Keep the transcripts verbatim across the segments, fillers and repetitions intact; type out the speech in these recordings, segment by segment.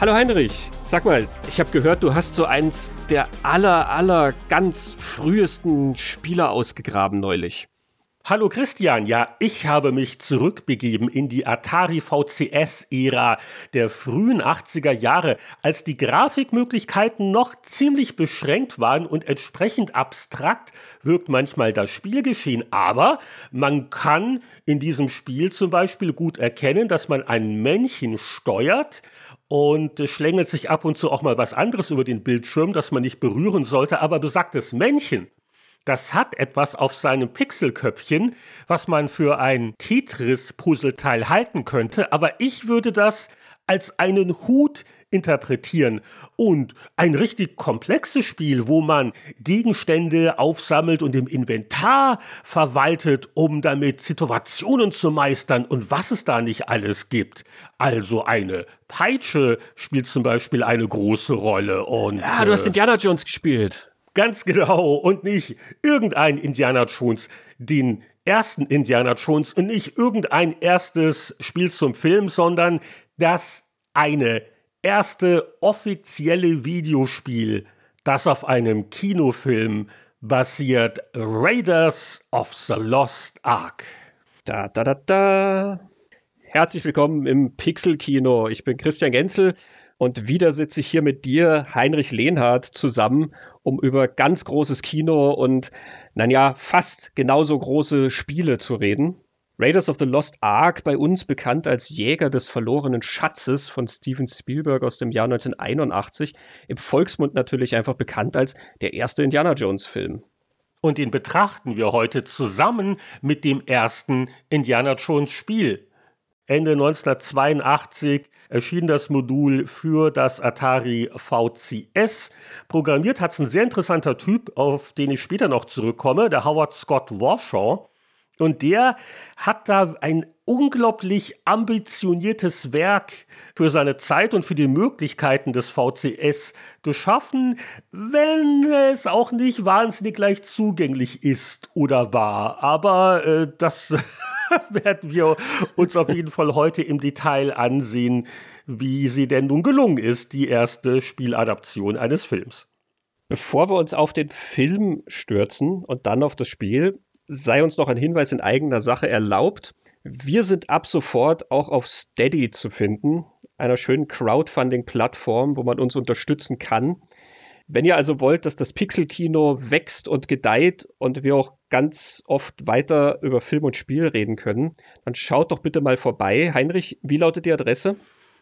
Hallo Heinrich, sag mal, ich habe gehört, du hast so eins der aller, aller ganz frühesten Spieler ausgegraben neulich. Hallo Christian, ja, ich habe mich zurückbegeben in die Atari V C S-Ära der frühen achtziger Jahre, als die Grafikmöglichkeiten noch ziemlich beschränkt waren und entsprechend abstrakt wirkt manchmal das Spielgeschehen. Aber man kann in diesem Spiel zum Beispiel gut erkennen, dass man ein Männchen steuert und es schlängelt sich ab und zu auch mal was anderes über den Bildschirm, das man nicht berühren sollte, aber besagtes Männchen, das hat etwas auf seinem Pixelköpfchen, was man für ein Tetris-Puzzleteil halten könnte, aber ich würde das als einen Hut interpretieren. Und ein richtig komplexes Spiel, wo man Gegenstände aufsammelt und im Inventar verwaltet, um damit Situationen zu meistern und was es da nicht alles gibt. Also eine Peitsche spielt zum Beispiel eine große Rolle. Und, ja, du hast Indiana Jones gespielt. Ganz genau, und nicht irgendein Indiana Jones, den ersten Indiana Jones und nicht irgendein erstes Spiel zum Film, sondern das eine erste offizielle Videospiel, das auf einem Kinofilm basiert, Raiders of the Lost Ark. Da, da, da, da. Herzlich willkommen im Pixel-Kino. Ich bin Christian Genzel. Und wieder sitze ich hier mit dir, Heinrich Lehnhardt, zusammen, um über ganz großes Kino und, naja, fast genauso große Spiele zu reden. Raiders of the Lost Ark, bei uns bekannt als Jäger des verlorenen Schatzes von Steven Spielberg aus dem Jahr neunzehnhunderteinundachtzig, im Volksmund natürlich einfach bekannt als der erste Indiana Jones-Film. Und den betrachten wir heute zusammen mit dem ersten Indiana Jones-Spiel. Ende neunzehnhundertzweiundachtzig erschien das Modul für das Atari V C S. Programmiert hat es ein sehr interessanter Typ, auf den ich später noch zurückkomme, der Howard Scott Warshaw. Und der hat da ein unglaublich ambitioniertes Werk für seine Zeit und für die Möglichkeiten des V C S geschaffen, wenn es auch nicht wahnsinnig leicht zugänglich ist oder war. Aber äh, das werden wir uns auf jeden Fall heute im Detail ansehen, wie sie denn nun gelungen ist, die erste Spieladaption eines Films. Bevor wir uns auf den Film stürzen und dann auf das Spiel, sei uns noch ein Hinweis in eigener Sache erlaubt. Wir sind ab sofort auch auf Steady zu finden, einer schönen Crowdfunding-Plattform, wo man uns unterstützen kann. Wenn ihr also wollt, dass das Pixel-Kino wächst und gedeiht und wir auch ganz oft weiter über Film und Spiel reden können, dann schaut doch bitte mal vorbei. Heinrich, wie lautet die Adresse?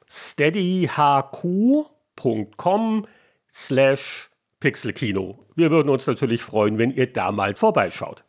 steadyhq.com slash Pixelkino. Wir würden uns natürlich freuen, wenn ihr da mal vorbeischaut.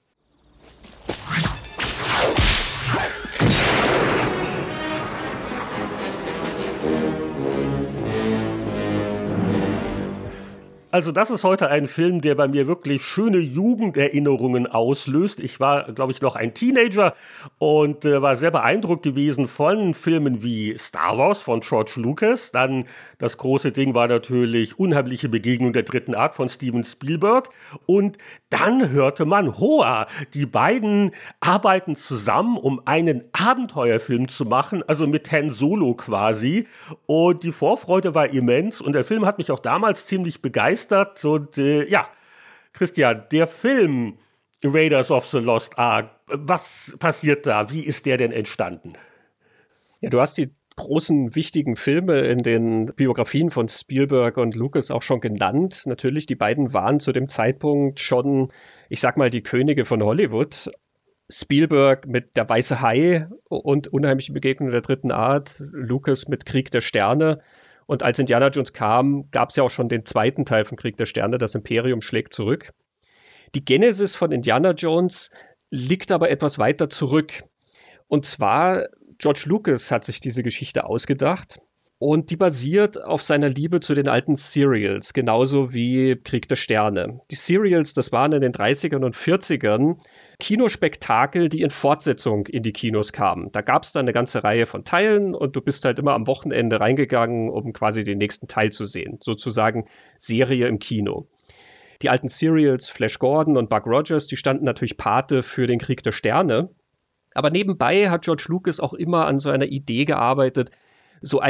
Also das ist heute ein Film, der bei mir wirklich schöne Jugenderinnerungen auslöst. Ich war, glaube ich, noch ein Teenager und äh, war sehr beeindruckt gewesen von Filmen wie Star Wars von George Lucas. Dann das große Ding war natürlich Unheimliche Begegnung der dritten Art von Steven Spielberg. Und dann hörte man, hoa, die beiden arbeiten zusammen, um einen Abenteuerfilm zu machen, also mit Han Solo quasi. Und die Vorfreude war immens und der Film hat mich auch damals ziemlich begeistert. Und äh, ja, Christian, der Film Raiders of the Lost Ark, was passiert da? Wie ist der denn entstanden? Ja, du hast die großen, wichtigen Filme in den Biografien von Spielberg und Lucas auch schon genannt. Natürlich, die beiden waren zu dem Zeitpunkt schon, ich sag mal, die Könige von Hollywood. Spielberg mit Der weiße Hai und Unheimliche Begegnung der dritten Art, Lucas mit Krieg der Sterne. Und als Indiana Jones kam, gab es ja auch schon den zweiten Teil von Krieg der Sterne, das Imperium schlägt zurück. Die Genesis von Indiana Jones liegt aber etwas weiter zurück. Und zwar, George Lucas hat sich diese Geschichte ausgedacht und die basiert auf seiner Liebe zu den alten Serials, genauso wie Krieg der Sterne. Die Serials, das waren in den dreißigern und vierzigern Kinospektakel, die in Fortsetzung in die Kinos kamen. Da gab es dann eine ganze Reihe von Teilen und du bist halt immer am Wochenende reingegangen, um quasi den nächsten Teil zu sehen. Sozusagen Serie im Kino. Die alten Serials, Flash Gordon und Buck Rogers, die standen natürlich Pate für den Krieg der Sterne. Aber nebenbei hat George Lucas auch immer an so einer Idee gearbeitet, so ein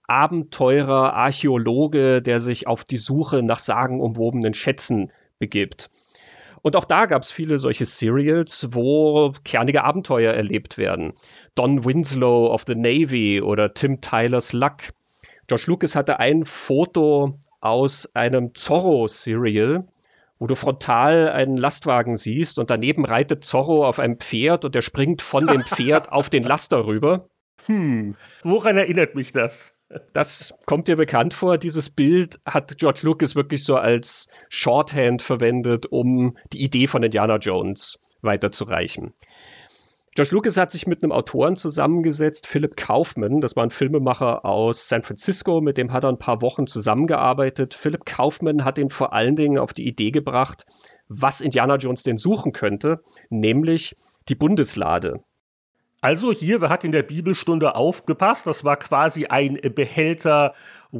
Abenteurer, Archäologe, der sich auf die Suche nach sagenumwobenen Schätzen begibt. Und auch da gab es viele solche Serials, wo kernige Abenteuer erlebt werden. Don Winslow of the Navy oder Tim Tyler's Luck. George Lucas hatte ein Foto aus einem Zorro-Serial, wo du frontal einen Lastwagen siehst und daneben reitet Zorro auf einem Pferd und der springt von dem Pferd auf den Laster rüber. Hm, woran erinnert mich das? Das kommt dir bekannt vor. Dieses Bild hat George Lucas wirklich so als Shorthand verwendet, um die Idee von Indiana Jones weiterzureichen. George Lucas hat sich mit einem Autoren zusammengesetzt, Philip Kaufman. Das war ein Filmemacher aus San Francisco, mit dem hat er ein paar Wochen zusammengearbeitet. Philip Kaufman hat ihn vor allen Dingen auf die Idee gebracht, was Indiana Jones denn suchen könnte, nämlich die Bundeslade. Also hier, wer hat in der Bibelstunde aufgepasst? Das war quasi ein Behälter,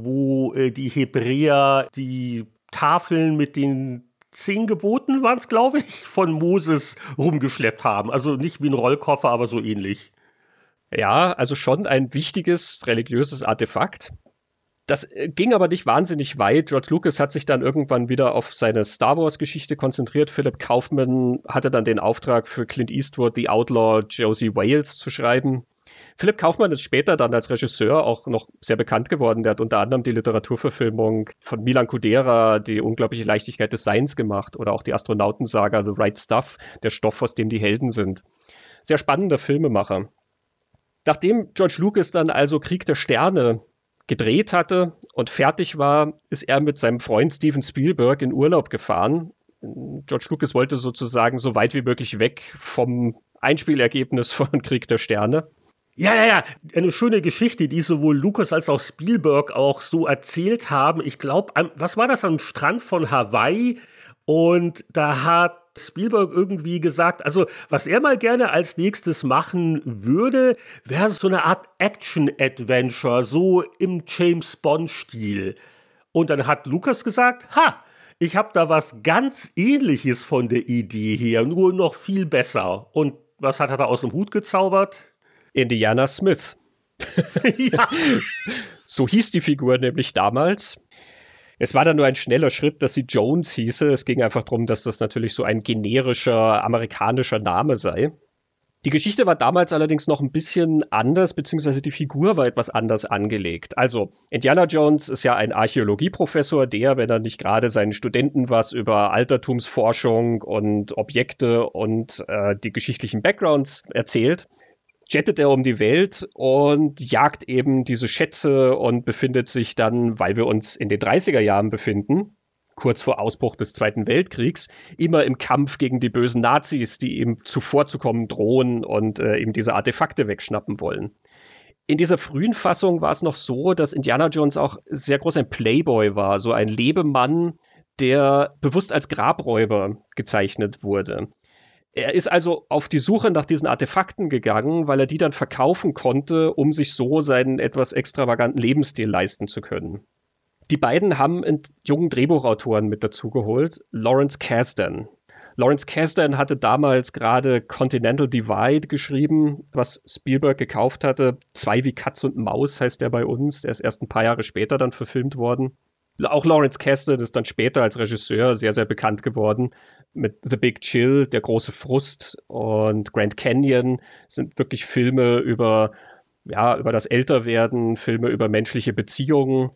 wo äh, die Hebräer die Tafeln mit den zehn Geboten, waren es, glaube ich, von Moses rumgeschleppt haben. Also nicht wie ein Rollkoffer, aber so ähnlich. Ja, also schon ein wichtiges religiöses Artefakt. Das ging aber nicht wahnsinnig weit. George Lucas hat sich dann irgendwann wieder auf seine Star Wars-Geschichte konzentriert. Philip Kaufman hatte dann den Auftrag für Clint Eastwood, The Outlaw Josie Wales zu schreiben. Philip Kaufman ist später dann als Regisseur auch noch sehr bekannt geworden. Der hat unter anderem die Literaturverfilmung von Milan Kundera, Die unglaubliche Leichtigkeit des Seins gemacht oder auch die Astronautensaga The Right Stuff, der Stoff, aus dem die Helden sind. Sehr spannender Filmemacher. Nachdem George Lucas dann also Krieg der Sterne gedreht hatte und fertig war, ist er mit seinem Freund Steven Spielberg in Urlaub gefahren. George Lucas wollte sozusagen so weit wie möglich weg vom Einspielergebnis von Krieg der Sterne. Ja, ja, ja, eine schöne Geschichte, die sowohl Lucas als auch Spielberg auch so erzählt haben. Ich glaube, was war das, am Strand von Hawaii? Und da hat Spielberg irgendwie gesagt, also was er mal gerne als nächstes machen würde, wäre so eine Art Action-Adventure, so im James-Bond-Stil. Und dann hat Lucas gesagt, ha, ich habe da was ganz Ähnliches von der Idee her, nur noch viel besser. Und was hat er da aus dem Hut gezaubert? Indiana Smith. Ja. So hieß die Figur nämlich damals. Es war dann nur ein schneller Schritt, dass sie Jones hieße. Es ging einfach darum, dass das natürlich so ein generischer amerikanischer Name sei. Die Geschichte war damals allerdings noch ein bisschen anders, beziehungsweise die Figur war etwas anders angelegt. Also Indiana Jones ist ja ein Archäologieprofessor, der, wenn er nicht gerade seinen Studenten was über Altertumsforschung und Objekte und äh, die geschichtlichen Backgrounds erzählt, jettet er um die Welt und jagt eben diese Schätze und befindet sich dann, weil wir uns in den dreißiger Jahren befinden, kurz vor Ausbruch des Zweiten Weltkriegs, immer im Kampf gegen die bösen Nazis, die ihm zuvorzukommen drohen und äh, ihm diese Artefakte wegschnappen wollen. In dieser frühen Fassung war es noch so, dass Indiana Jones auch sehr groß ein Playboy war, so ein Lebemann, der bewusst als Grabräuber gezeichnet wurde. Er ist also auf die Suche nach diesen Artefakten gegangen, weil er die dann verkaufen konnte, um sich so seinen etwas extravaganten Lebensstil leisten zu können. Die beiden haben einen jungen Drehbuchautoren mit dazugeholt, Lawrence Kasdan. Lawrence Kasdan hatte damals gerade Continental Divide geschrieben, was Spielberg gekauft hatte. Zwei wie Katz und Maus heißt der bei uns. Der ist erst ein paar Jahre später dann verfilmt worden. Auch Lawrence Kasdan ist dann später als Regisseur sehr, sehr bekannt geworden mit The Big Chill, Der große Frust und Grand Canyon. Das sind wirklich Filme über, ja, über das Älterwerden, Filme über menschliche Beziehungen.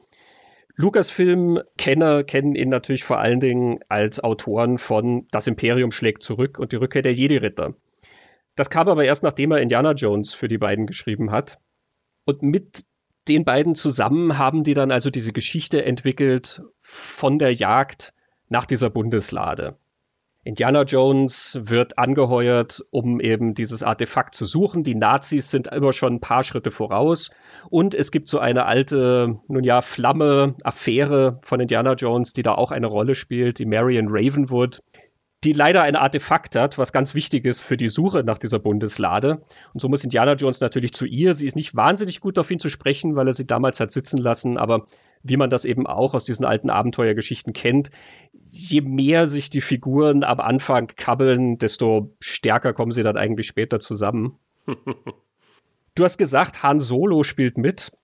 Lucasfilm-Kenner kennen ihn natürlich vor allen Dingen als Autoren von Das Imperium schlägt zurück und die Rückkehr der Jedi-Ritter. Das kam aber erst, nachdem er Indiana Jones für die beiden geschrieben hat. Und mit den beiden zusammen haben die dann also diese Geschichte entwickelt von der Jagd nach dieser Bundeslade. Indiana Jones wird angeheuert, um eben dieses Artefakt zu suchen. Die Nazis sind immer schon ein paar Schritte voraus. Und es gibt so eine alte, nun ja, Flamme, Affäre von Indiana Jones, die da auch eine Rolle spielt, die Marion Ravenwood, die leider ein Artefakt hat, was ganz wichtig ist für die Suche nach dieser Bundeslade. Und so muss Indiana Jones natürlich zu ihr. Sie ist nicht wahnsinnig gut auf ihn zu sprechen, weil er sie damals hat sitzen lassen. Aber wie man das eben auch aus diesen alten Abenteuergeschichten kennt, je mehr sich die Figuren am Anfang kabbeln, desto stärker kommen sie dann eigentlich später zusammen. Du hast gesagt, Han Solo spielt mit.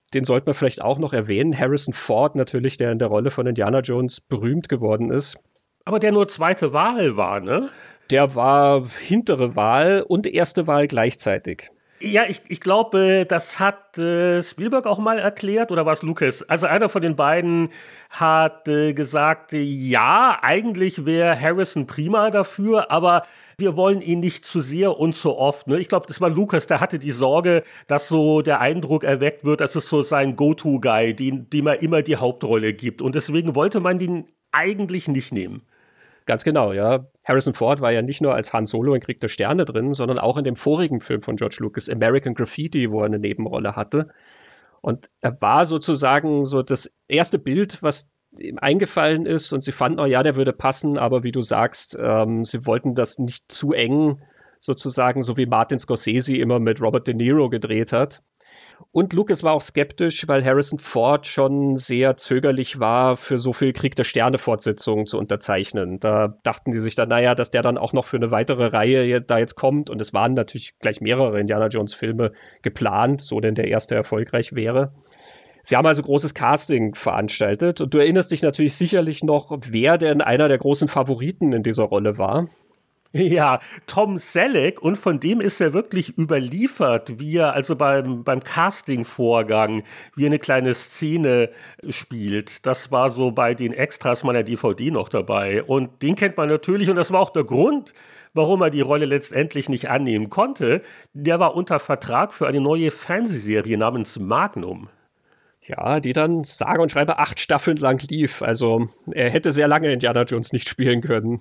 den sollte man vielleicht auch noch erwähnen. Harrison Ford natürlich, der in der Rolle von Indiana Jones berühmt geworden ist. Aber der nur zweite Wahl war, ne? Der war hintere Wahl und erste Wahl gleichzeitig. Ja, ich, ich glaube, das hat äh, Spielberg auch mal erklärt, oder war es Lucas? Also einer von den beiden hat äh, gesagt, äh, ja, eigentlich wäre Harrison prima dafür, aber wir wollen ihn nicht zu sehr und zu oft. Ne? Ich glaube, das war Lucas, der hatte die Sorge, dass so der Eindruck erweckt wird, dass es so sein Go-To-Guy, dem, dem er immer die Hauptrolle gibt. Und deswegen wollte man den eigentlich nicht nehmen. Ganz genau, ja. Harrison Ford war ja nicht nur als Han Solo in Krieg der Sterne drin, sondern auch in dem vorigen Film von George Lucas, American Graffiti, wo er eine Nebenrolle hatte. Und er war sozusagen so das erste Bild, was ihm eingefallen ist. Und sie fanden, oh ja, der würde passen, aber wie du sagst, ähm, sie wollten das nicht zu eng sozusagen, so wie Martin Scorsese immer mit Robert De Niro gedreht hat. Und Lucas war auch skeptisch, weil Harrison Ford schon sehr zögerlich war, für so viel Krieg der Sterne-Fortsetzungen zu unterzeichnen. Da dachten sie sich dann, naja, dass der dann auch noch für eine weitere Reihe da jetzt kommt. Und es waren natürlich gleich mehrere Indiana Jones-Filme geplant, so denn der erste erfolgreich wäre. Sie haben also großes Casting veranstaltet. Und du erinnerst dich natürlich sicherlich noch, wer denn einer der großen Favoriten in dieser Rolle war. Ja, Tom Selleck, und von dem ist er wirklich überliefert, wie er also beim, beim Casting-Vorgang, wie er eine kleine Szene spielt. Das war so bei den Extras meiner D V D noch dabei. Und den kennt man natürlich, und das war auch der Grund, warum er die Rolle letztendlich nicht annehmen konnte. Der war unter Vertrag für eine neue Fernsehserie namens Magnum. Ja, die dann sage und schreibe acht Staffeln lang lief. Also er hätte sehr lange Indiana Jones nicht spielen können.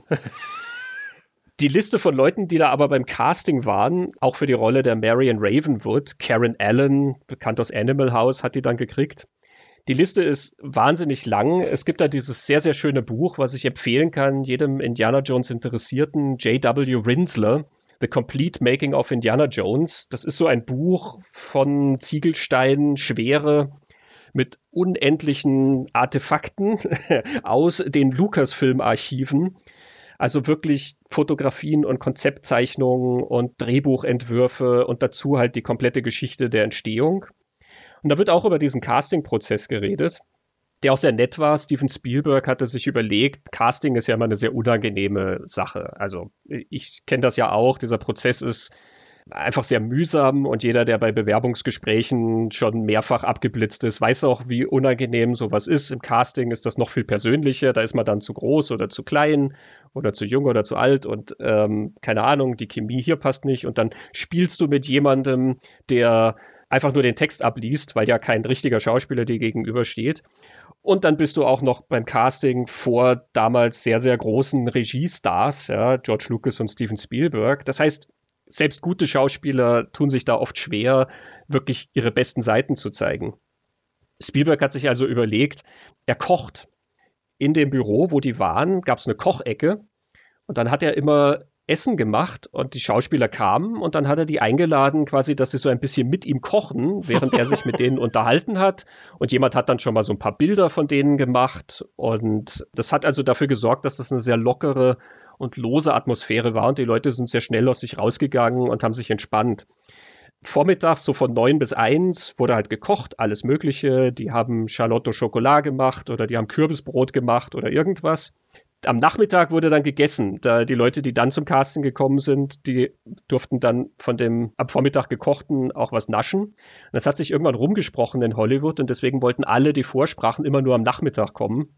Die Liste von Leuten, die da aber beim Casting waren, auch für die Rolle der Marion Ravenwood, Karen Allen, bekannt aus Animal House, hat die dann gekriegt. Die Liste ist wahnsinnig lang. Es gibt da dieses sehr, sehr schöne Buch, was ich empfehlen kann, jedem Indiana Jones Interessierten, J W Rinsler, The Complete Making of Indiana Jones. Das ist so ein Buch von Ziegelsteinen, Schwere, mit unendlichen Artefakten aus den Lucasfilm-Archiven. Also wirklich Fotografien und Konzeptzeichnungen und Drehbuchentwürfe und dazu halt die komplette Geschichte der Entstehung. Und da wird auch über diesen Casting-Prozess geredet, der auch sehr nett war. Steven Spielberg hatte sich überlegt, Casting ist ja immer eine sehr unangenehme Sache. Also ich kenne das ja auch, dieser Prozess ist einfach sehr mühsam und jeder, der bei Bewerbungsgesprächen schon mehrfach abgeblitzt ist, weiß auch, wie unangenehm sowas ist. Im Casting ist das noch viel persönlicher, da ist man dann zu groß oder zu klein oder zu jung oder zu alt und ähm, keine Ahnung, die Chemie hier passt nicht und dann spielst du mit jemandem, der einfach nur den Text abliest, weil ja kein richtiger Schauspieler dir gegenübersteht. Und dann bist du auch noch beim Casting vor damals sehr, sehr großen Regiestars, ja, George Lucas und Steven Spielberg. Das heißt, selbst gute Schauspieler tun sich da oft schwer, wirklich ihre besten Seiten zu zeigen. Spielberg hat sich also überlegt, er kocht. In dem Büro, wo die waren, gab es eine Kochecke und dann hat er immer Essen gemacht und die Schauspieler kamen und dann hat er die eingeladen, quasi, dass sie so ein bisschen mit ihm kochen, während er sich mit denen unterhalten hat. Und jemand hat dann schon mal so ein paar Bilder von denen gemacht und das hat also dafür gesorgt, dass das eine sehr lockere und lose Atmosphäre war und die Leute sind sehr schnell aus sich rausgegangen und haben sich entspannt. Vormittags, so von neun bis eins, wurde halt gekocht, alles Mögliche. Die haben Charlotte au Chocolat gemacht oder die haben Kürbisbrot gemacht oder irgendwas. Am Nachmittag wurde dann gegessen. Da die Leute, die dann zum Casting gekommen sind, die durften dann von dem am Vormittag gekochten auch was naschen. Und das hat sich irgendwann rumgesprochen in Hollywood und deswegen wollten alle, die vorsprachen, immer nur am Nachmittag kommen.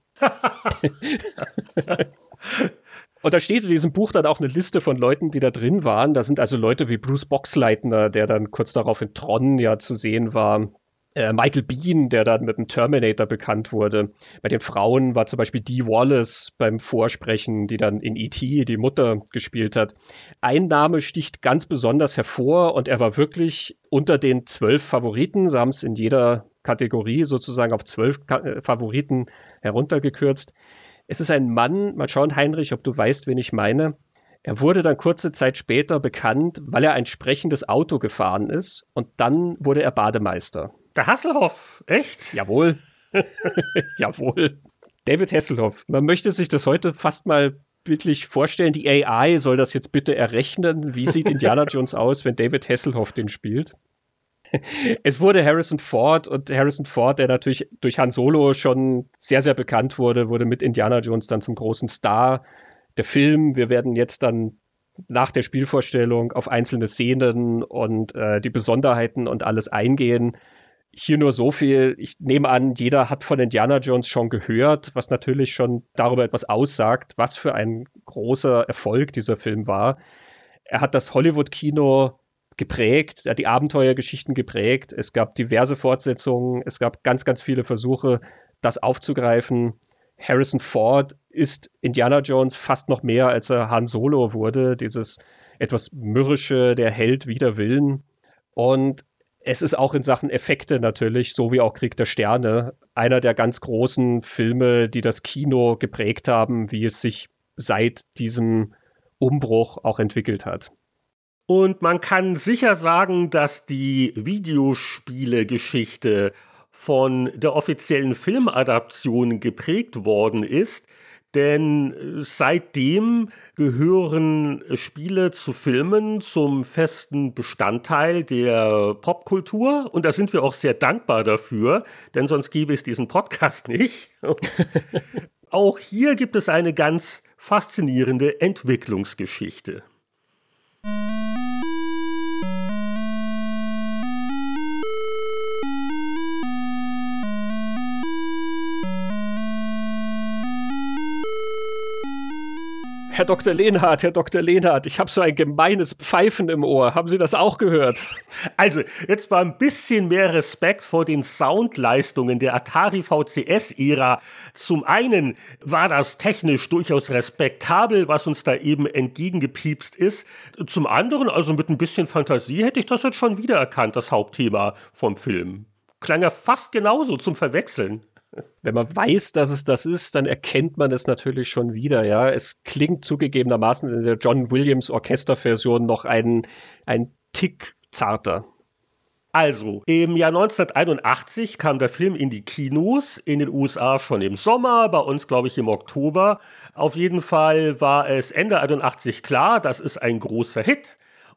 Und da steht in diesem Buch dann auch eine Liste von Leuten, die da drin waren. Da sind also Leute wie Bruce Boxleitner, der dann kurz darauf in Tron ja zu sehen war. Äh, Michael Biehn, der dann mit dem Terminator bekannt wurde. Bei den Frauen war zum Beispiel Dee Wallace beim Vorsprechen, die dann in E T die Mutter gespielt hat. Ein Name sticht ganz besonders hervor und er war wirklich unter den zwölf Favoriten. Sie haben es in jeder Kategorie sozusagen auf zwölf Ka- Favoriten heruntergekürzt. Es ist ein Mann, mal schauen, Heinrich, ob du weißt, wen ich meine. Er wurde dann kurze Zeit später bekannt, weil er ein sprechendes Auto gefahren ist und dann wurde er Bademeister. Der Hasselhoff, echt? Jawohl. Jawohl. David Hasselhoff. Man möchte sich das heute fast mal bildlich vorstellen. Die A I soll das jetzt bitte errechnen. Wie sieht Indiana Jones aus, wenn David Hasselhoff den spielt? Es wurde Harrison Ford und Harrison Ford, der natürlich durch Han Solo schon sehr, sehr bekannt wurde, wurde mit Indiana Jones dann zum großen Star. Der Film, wir werden jetzt dann nach der Spielvorstellung auf einzelne Szenen und äh, die Besonderheiten und alles eingehen. Hier nur so viel. Ich nehme an, jeder hat von Indiana Jones schon gehört, was natürlich schon darüber etwas aussagt, was für ein großer Erfolg dieser Film war. Er hat das Hollywood-Kino geprägt, er hat die Abenteuergeschichten geprägt. Es gab diverse Fortsetzungen, es gab ganz, ganz viele Versuche, das aufzugreifen. Harrison Ford ist Indiana Jones fast noch mehr, als er Han Solo wurde. Dieses etwas mürrische, der Held wider Willen. Und es ist auch in Sachen Effekte natürlich, so wie auch Krieg der Sterne, einer der ganz großen Filme, die das Kino geprägt haben, wie es sich seit diesem Umbruch auch entwickelt hat. Und man kann sicher sagen, dass die Videospiele-Geschichte von der offiziellen Filmadaption geprägt worden ist, denn seitdem gehören Spiele zu Filmen zum festen Bestandteil der Popkultur und da sind wir auch sehr dankbar dafür, denn sonst gäbe es diesen Podcast nicht. Auch hier gibt es eine ganz faszinierende Entwicklungsgeschichte. Herr Doktor Lehnhardt, Herr Doktor Lehnhardt, ich habe so ein gemeines Pfeifen im Ohr. Haben Sie das auch gehört? Also, jetzt mal ein bisschen mehr Respekt vor den Soundleistungen der Atari V C S-Ära. Zum einen war das technisch durchaus respektabel, was uns da eben entgegengepiepst ist. Zum anderen, also mit ein bisschen Fantasie, hätte ich das jetzt schon wiedererkannt, das Hauptthema vom Film. Klang ja fast genauso zum Verwechseln. Wenn man weiß, dass es das ist, dann erkennt man es natürlich schon wieder, ja. Es klingt zugegebenermaßen in der John Williams Orchesterversion noch ein, ein Tick zarter. Also, im Jahr neunzehnhunderteinundachtzig kam der Film in die Kinos, in den U S A schon im Sommer, bei uns glaube ich im Oktober. Auf jeden Fall war es Ende einundachtzig klar, das ist ein großer Hit.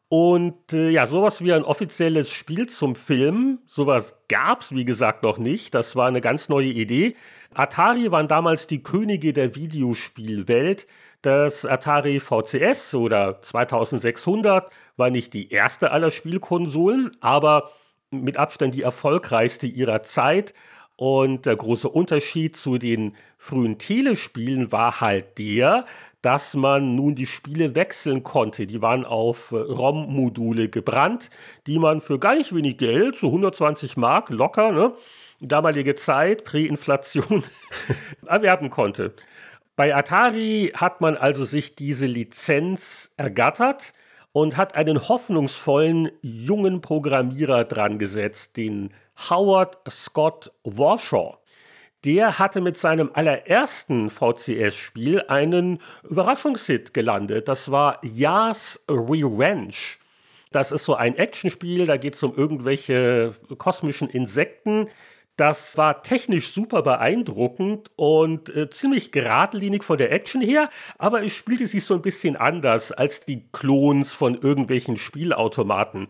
Und äh, ja, sowas wie ein offizielles Spiel zum Film, sowas gab's wie gesagt noch nicht. Das war eine ganz neue Idee. Atari waren damals die Könige der Videospielwelt. Das Atari V C S oder zweitausendsechshundert war nicht die erste aller Spielkonsolen, aber mit Abstand die erfolgreichste ihrer Zeit. Und der große Unterschied zu den frühen Telespielen war halt der, dass man nun die Spiele wechseln konnte. Die waren auf ROM-Module gebrannt, die man für gar nicht wenig Geld, so hundertzwanzig Mark locker, ne, damalige Zeit, Präinflation, erwerben konnte. Bei Atari hat man also sich diese Lizenz ergattert und hat einen hoffnungsvollen jungen Programmierer dran gesetzt, den Howard Scott Warshaw. Der hatte mit seinem allerersten V C S-Spiel einen Überraschungshit gelandet. Das war Yas Revenge. Das ist so ein Actionspiel, da geht es um irgendwelche kosmischen Insekten. Das war technisch super beeindruckend und äh, ziemlich geradlinig von der Action her, aber es spielte sich so ein bisschen anders als die Klons von irgendwelchen Spielautomaten.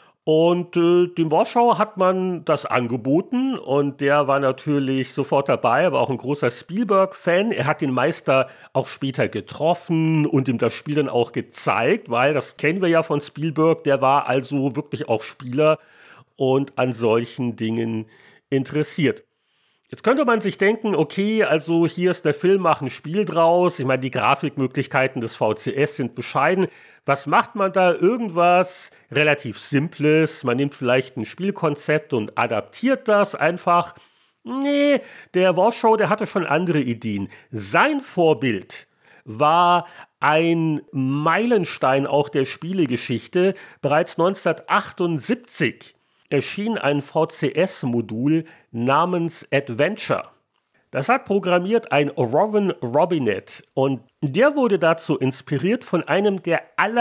Und äh, dem Warschauer hat man das angeboten und der war natürlich sofort dabei, aber auch ein großer Spielberg-Fan. Er hat den Meister auch später getroffen und ihm das Spiel dann auch gezeigt, weil das kennen wir ja von Spielberg, der war also wirklich auch Spieler und an solchen Dingen interessiert. Jetzt könnte man sich denken, okay, also hier ist der Film, mach ein Spiel draus. Ich meine, die Grafikmöglichkeiten des V C S sind bescheiden. Was macht man da? Irgendwas relativ Simples. Man nimmt vielleicht ein Spielkonzept und adaptiert das einfach. Nee, der Warshaw, der hatte schon andere Ideen. Sein Vorbild war ein Meilenstein auch der Spielegeschichte. Bereits neunzehnhundertachtundsiebzig erschien ein V C S-Modul namens Adventure. Das hat programmiert ein Rowan Robinet und der wurde dazu inspiriert von einem der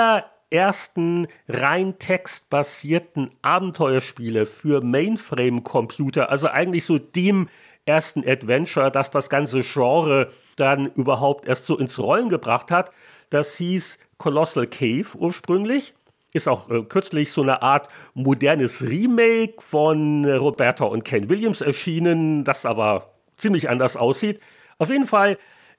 allerersten rein textbasierten Abenteuerspiele für Mainframe-Computer, also eigentlich so dem ersten Adventure, das das ganze Genre dann überhaupt erst so ins Rollen gebracht hat. Das hieß Colossal Cave ursprünglich. ist auch äh, kürzlich so eine Art modernes Remake von äh, Roberta und Ken Williams erschienen, das aber ziemlich anders aussieht. Auf jeden Fall,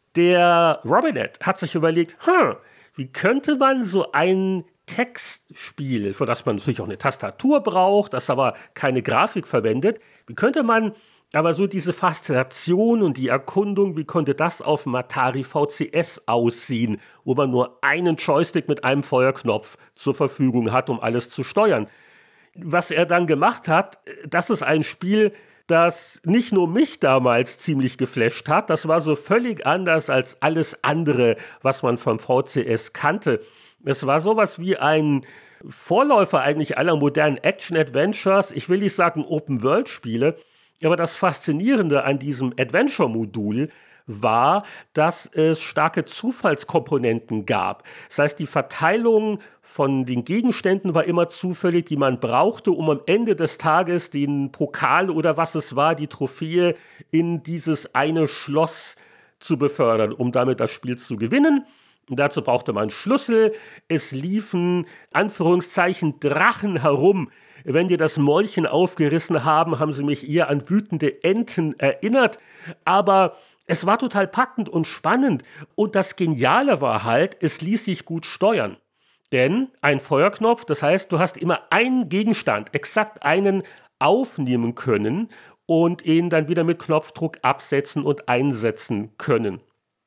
der Robinett hat sich überlegt, hm, wie könnte man so ein Textspiel, für das man natürlich auch eine Tastatur braucht, das aber keine Grafik verwendet, wie könnte man aber so diese Faszination und die Erkundung, wie konnte das auf dem Atari V C S aussehen, wo man nur einen Joystick mit einem Feuerknopf zur Verfügung hat, um alles zu steuern. Was er dann gemacht hat, das ist ein Spiel, das nicht nur mich damals ziemlich geflasht hat, das war so völlig anders als alles andere, was man vom V C S kannte. Es war sowas wie ein Vorläufer eigentlich aller modernen Action-Adventures, ich will nicht sagen Open-World-Spiele, aber das Faszinierende an diesem Adventure-Modul war, dass es starke Zufallskomponenten gab. Das heißt, die Verteilung von den Gegenständen war immer zufällig, die man brauchte, um am Ende des Tages den Pokal oder was es war, die Trophäe in dieses eine Schloss zu befördern, um damit das Spiel zu gewinnen. Und dazu brauchte man Schlüssel. Es liefen, Anführungszeichen, Drachen herum. Wenn die das Mäulchen aufgerissen haben, haben sie mich eher an wütende Enten erinnert. Aber es war total packend und spannend. Und das Geniale war halt, es ließ sich gut steuern. Denn ein Feuerknopf, das heißt, du hast immer einen Gegenstand, exakt einen aufnehmen können und ihn dann wieder mit Knopfdruck absetzen und einsetzen können.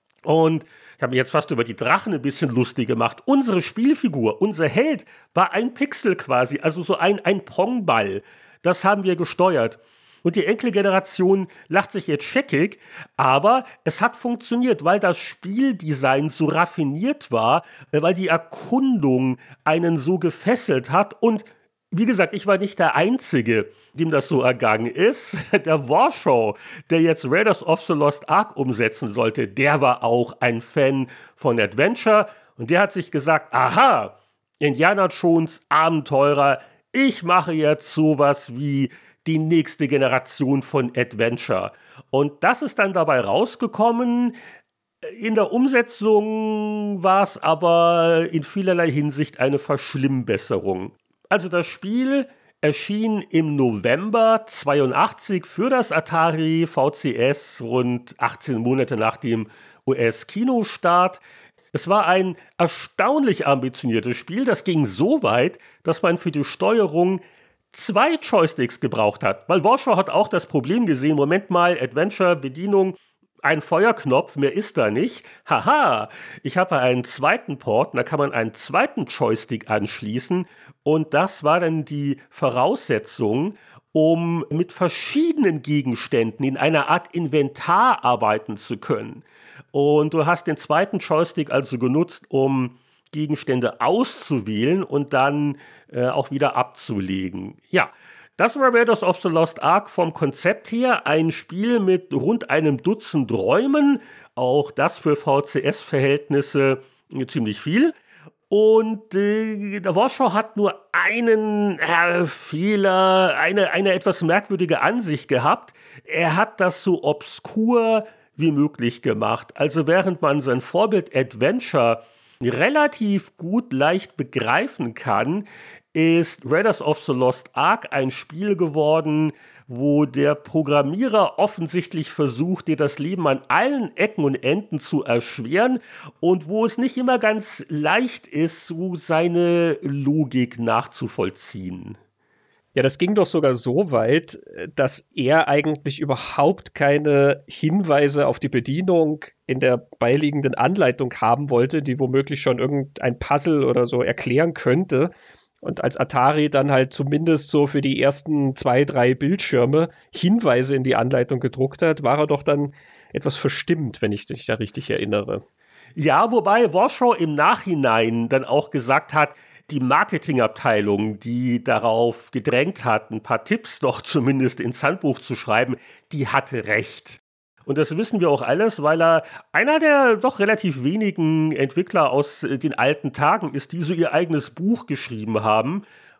Und ich habe mir jetzt fast über die Drachen ein bisschen lustig gemacht. Unsere Spielfigur, unser Held, war ein Pixel quasi, also so ein, ein Pongball. Das haben wir gesteuert. Und die Enkelgeneration lacht sich jetzt scheckig, aber es hat funktioniert, weil das Spieldesign so raffiniert war, weil die Erkundung einen so gefesselt hat. Und wie gesagt, ich war nicht der Einzige, dem das so ergangen ist. Der Warschau, der jetzt Raiders of the Lost Ark umsetzen sollte, der war auch ein Fan von Adventure. Und der hat sich gesagt, aha, Indiana Jones Abenteurer, ich mache jetzt sowas wie die nächste Generation von Adventure. Und das ist dann dabei rausgekommen. In der Umsetzung war es aber in vielerlei Hinsicht eine Verschlimmbesserung. Also das Spiel erschien im November zweiundachtzig für das Atari V C S, rund achtzehn Monate nach dem U S-Kinostart. Es war ein erstaunlich ambitioniertes Spiel, das ging so weit, dass man für die Steuerung zwei Joysticks gebraucht hat. Weil Warschau hat auch das Problem gesehen, Moment mal, Adventure, Bedienung, ein Feuerknopf, mehr ist da nicht. Haha, ich habe einen zweiten Port, da kann man einen zweiten Joystick anschließen und das war dann die Voraussetzung, um mit verschiedenen Gegenständen in einer Art Inventar arbeiten zu können. Und du hast den zweiten Joystick also genutzt, um Gegenstände auszuwählen und dann äh, auch wieder abzulegen. Ja, das war Raiders of the Lost Ark vom Konzept her. Ein Spiel mit rund einem Dutzend Räumen. Auch das für V C S-Verhältnisse ziemlich viel. Und äh, der Warschau hat nur einen äh, Fehler, eine, eine etwas merkwürdige Ansicht gehabt. Er hat das so obskur wie möglich gemacht. Also während man sein Vorbild Adventure relativ gut leicht begreifen kann, ist Raiders of the Lost Ark ein Spiel geworden, wo der Programmierer offensichtlich versucht, dir das Leben an allen Ecken und Enden zu erschweren und wo es nicht immer ganz leicht ist, so seine Logik nachzuvollziehen. Ja, das ging doch sogar so weit, dass er eigentlich überhaupt keine Hinweise auf die Bedienung in der beiliegenden Anleitung haben wollte, die womöglich schon irgendein Puzzle oder so erklären könnte. Und als Atari dann halt zumindest so für die ersten zwei, drei Bildschirme Hinweise in die Anleitung gedruckt hat, war er doch dann etwas verstimmt, wenn ich mich da richtig erinnere. Ja, wobei Warschau im Nachhinein dann auch gesagt hat, die Marketingabteilung, die darauf gedrängt hat, ein paar Tipps doch zumindest ins Handbuch zu schreiben, die hatte recht. Und das wissen wir auch alles, weil er einer der doch relativ wenigen Entwickler aus den alten Tagen ist, die so ihr eigenes Buch geschrieben haben,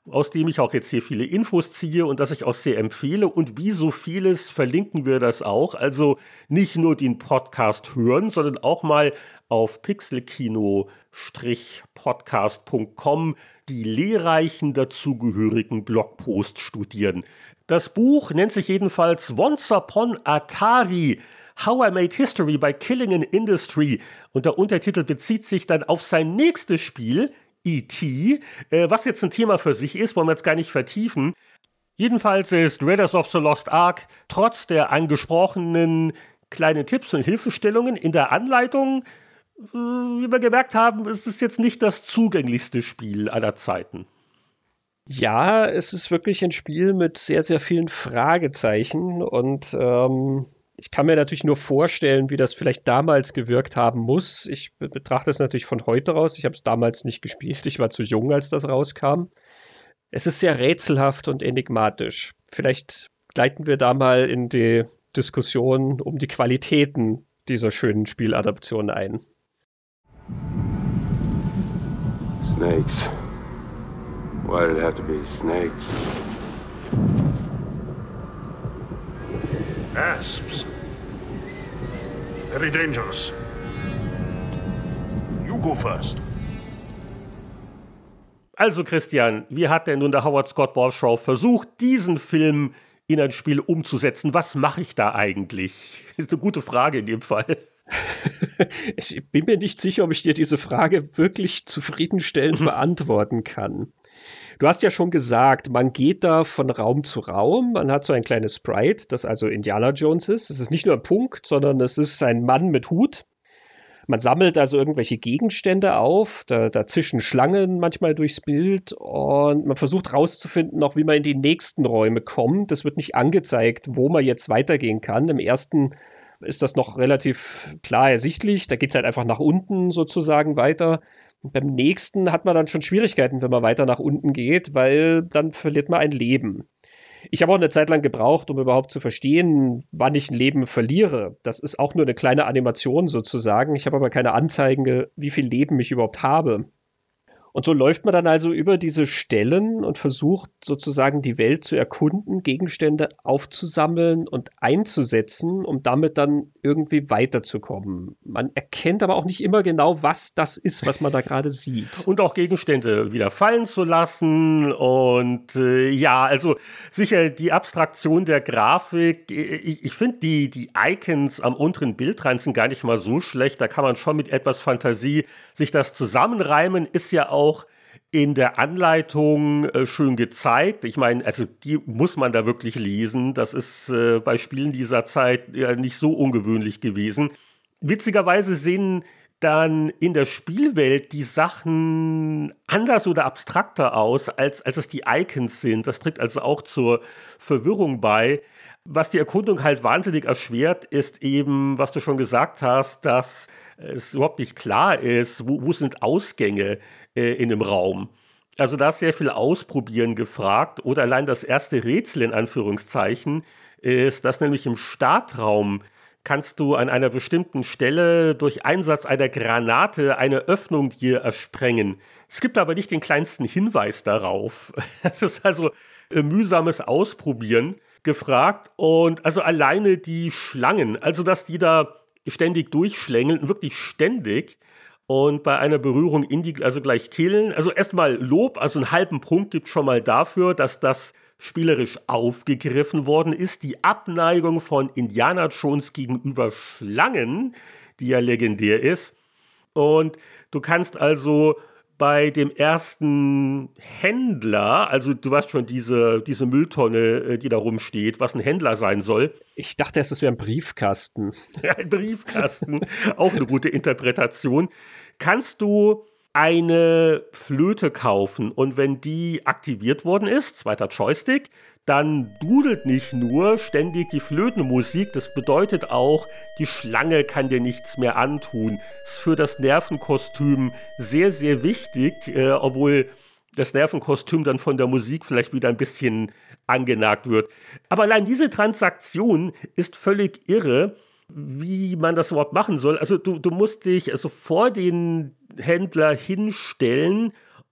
aus dem ich auch jetzt hier viele Infos ziehe und das ich auch sehr empfehle. Und wie so vieles verlinken wir das auch. Also nicht nur den Podcast hören, sondern auch mal auf pixelkino Podcast punkt com die lehrreichen dazugehörigen Blogposts studieren. Das Buch nennt sich jedenfalls Once Upon Atari, How I Made History by Killing an Industry. Und der Untertitel bezieht sich dann auf sein nächstes Spiel, E T, äh, was jetzt ein Thema für sich ist, wollen wir jetzt gar nicht vertiefen. Jedenfalls ist Raiders of the Lost Ark trotz der angesprochenen kleinen Tipps und Hilfestellungen in der Anleitung, äh, wie wir gemerkt haben, ist es jetzt nicht das zugänglichste Spiel aller Zeiten. Ja, es ist wirklich ein Spiel mit sehr, sehr vielen Fragezeichen und ähm, ich kann mir natürlich nur vorstellen, wie das vielleicht damals gewirkt haben muss. Ich be- betrachte es natürlich von heute raus. Ich habe es damals nicht gespielt. Ich war zu jung, als das rauskam. Es ist sehr rätselhaft und enigmatisch. Vielleicht gleiten wir da mal in die Diskussion um die Qualitäten dieser schönen Spieladaption ein. Snakes. Why did it have to be snakes? Asps. Very dangerous. You go first. Also Christian, wie hat denn nun der Howard Scott Warshaw versucht, diesen Film in ein Spiel umzusetzen? Was mache ich da eigentlich? Das ist eine gute Frage in dem Fall. Ich bin mir nicht sicher, ob ich dir diese Frage wirklich zufriedenstellend beantworten kann. Du hast ja schon gesagt, man geht da von Raum zu Raum. Man hat so ein kleines Sprite, das also Indiana Jones ist. Es ist nicht nur ein Punkt, sondern es ist ein Mann mit Hut. Man sammelt also irgendwelche Gegenstände auf. Da, da zischen Schlangen manchmal durchs Bild. Und man versucht rauszufinden, noch wie man in die nächsten Räume kommt. Es wird nicht angezeigt, wo man jetzt weitergehen kann. Im ersten ist das noch relativ klar ersichtlich. Da geht es halt einfach nach unten sozusagen weiter. Und beim nächsten hat man dann schon Schwierigkeiten, wenn man weiter nach unten geht, weil dann verliert man ein Leben. Ich habe auch eine Zeit lang gebraucht, um überhaupt zu verstehen, wann ich ein Leben verliere. Das ist auch nur eine kleine Animation sozusagen. Ich habe aber keine Anzeigen, wie viel Leben ich überhaupt habe. Und so läuft man dann also über diese Stellen und versucht sozusagen die Welt zu erkunden, Gegenstände aufzusammeln und einzusetzen, um damit dann irgendwie weiterzukommen. Man erkennt aber auch nicht immer genau, was das ist, was man da gerade sieht. Und auch Gegenstände wieder fallen zu lassen. Und äh, ja, also sicher die Abstraktion der Grafik. Ich, ich finde die, die Icons am unteren Bildrand sind gar nicht mal so schlecht. Da kann man schon mit etwas Fantasie sich das zusammenreimen. Ist ja auch auch in der Anleitung äh, schön gezeigt. Ich meine, also die muss man da wirklich lesen. Das ist äh, bei Spielen dieser Zeit ja nicht so ungewöhnlich gewesen. Witzigerweise sehen dann in der Spielwelt die Sachen anders oder abstrakter aus, als, als es die Icons sind. Das trägt also auch zur Verwirrung bei. Was die Erkundung halt wahnsinnig erschwert, ist eben, was du schon gesagt hast, dass es überhaupt nicht klar ist, wo, wo sind Ausgänge äh, in einem Raum. Also da ist sehr viel Ausprobieren gefragt. Oder allein das erste Rätsel in Anführungszeichen ist, dass nämlich im Startraum kannst du an einer bestimmten Stelle durch Einsatz einer Granate eine Öffnung dir ersprengen. Es gibt aber nicht den kleinsten Hinweis darauf. Es ist also äh, mühsames Ausprobieren gefragt. Und also alleine die Schlangen, also dass die da ständig durchschlängeln, wirklich ständig, und bei einer Berührung in die, also gleich killen. Also erstmal Lob, also einen halben Punkt gibt es schon mal dafür, dass das spielerisch aufgegriffen worden ist. Die Abneigung von Indiana Jones gegenüber Schlangen, die ja legendär ist. Und du kannst also bei dem ersten Händler, also du hast schon diese, diese Mülltonne, die da rumsteht, was ein Händler sein soll. Ich dachte erst, es wäre ein Briefkasten. Ein Briefkasten, auch eine gute Interpretation. Kannst du eine Flöte kaufen und wenn die aktiviert worden ist, zweiter Joystick, dann dudelt nicht nur ständig die Flötenmusik, das bedeutet auch, die Schlange kann dir nichts mehr antun. Das ist für das Nervenkostüm sehr, sehr wichtig, äh, obwohl das Nervenkostüm dann von der Musik vielleicht wieder ein bisschen angenagt wird. Aber allein diese Transaktion ist völlig irre, wie man das überhaupt machen soll. Also du, du musst dich also vor den Händler hinstellen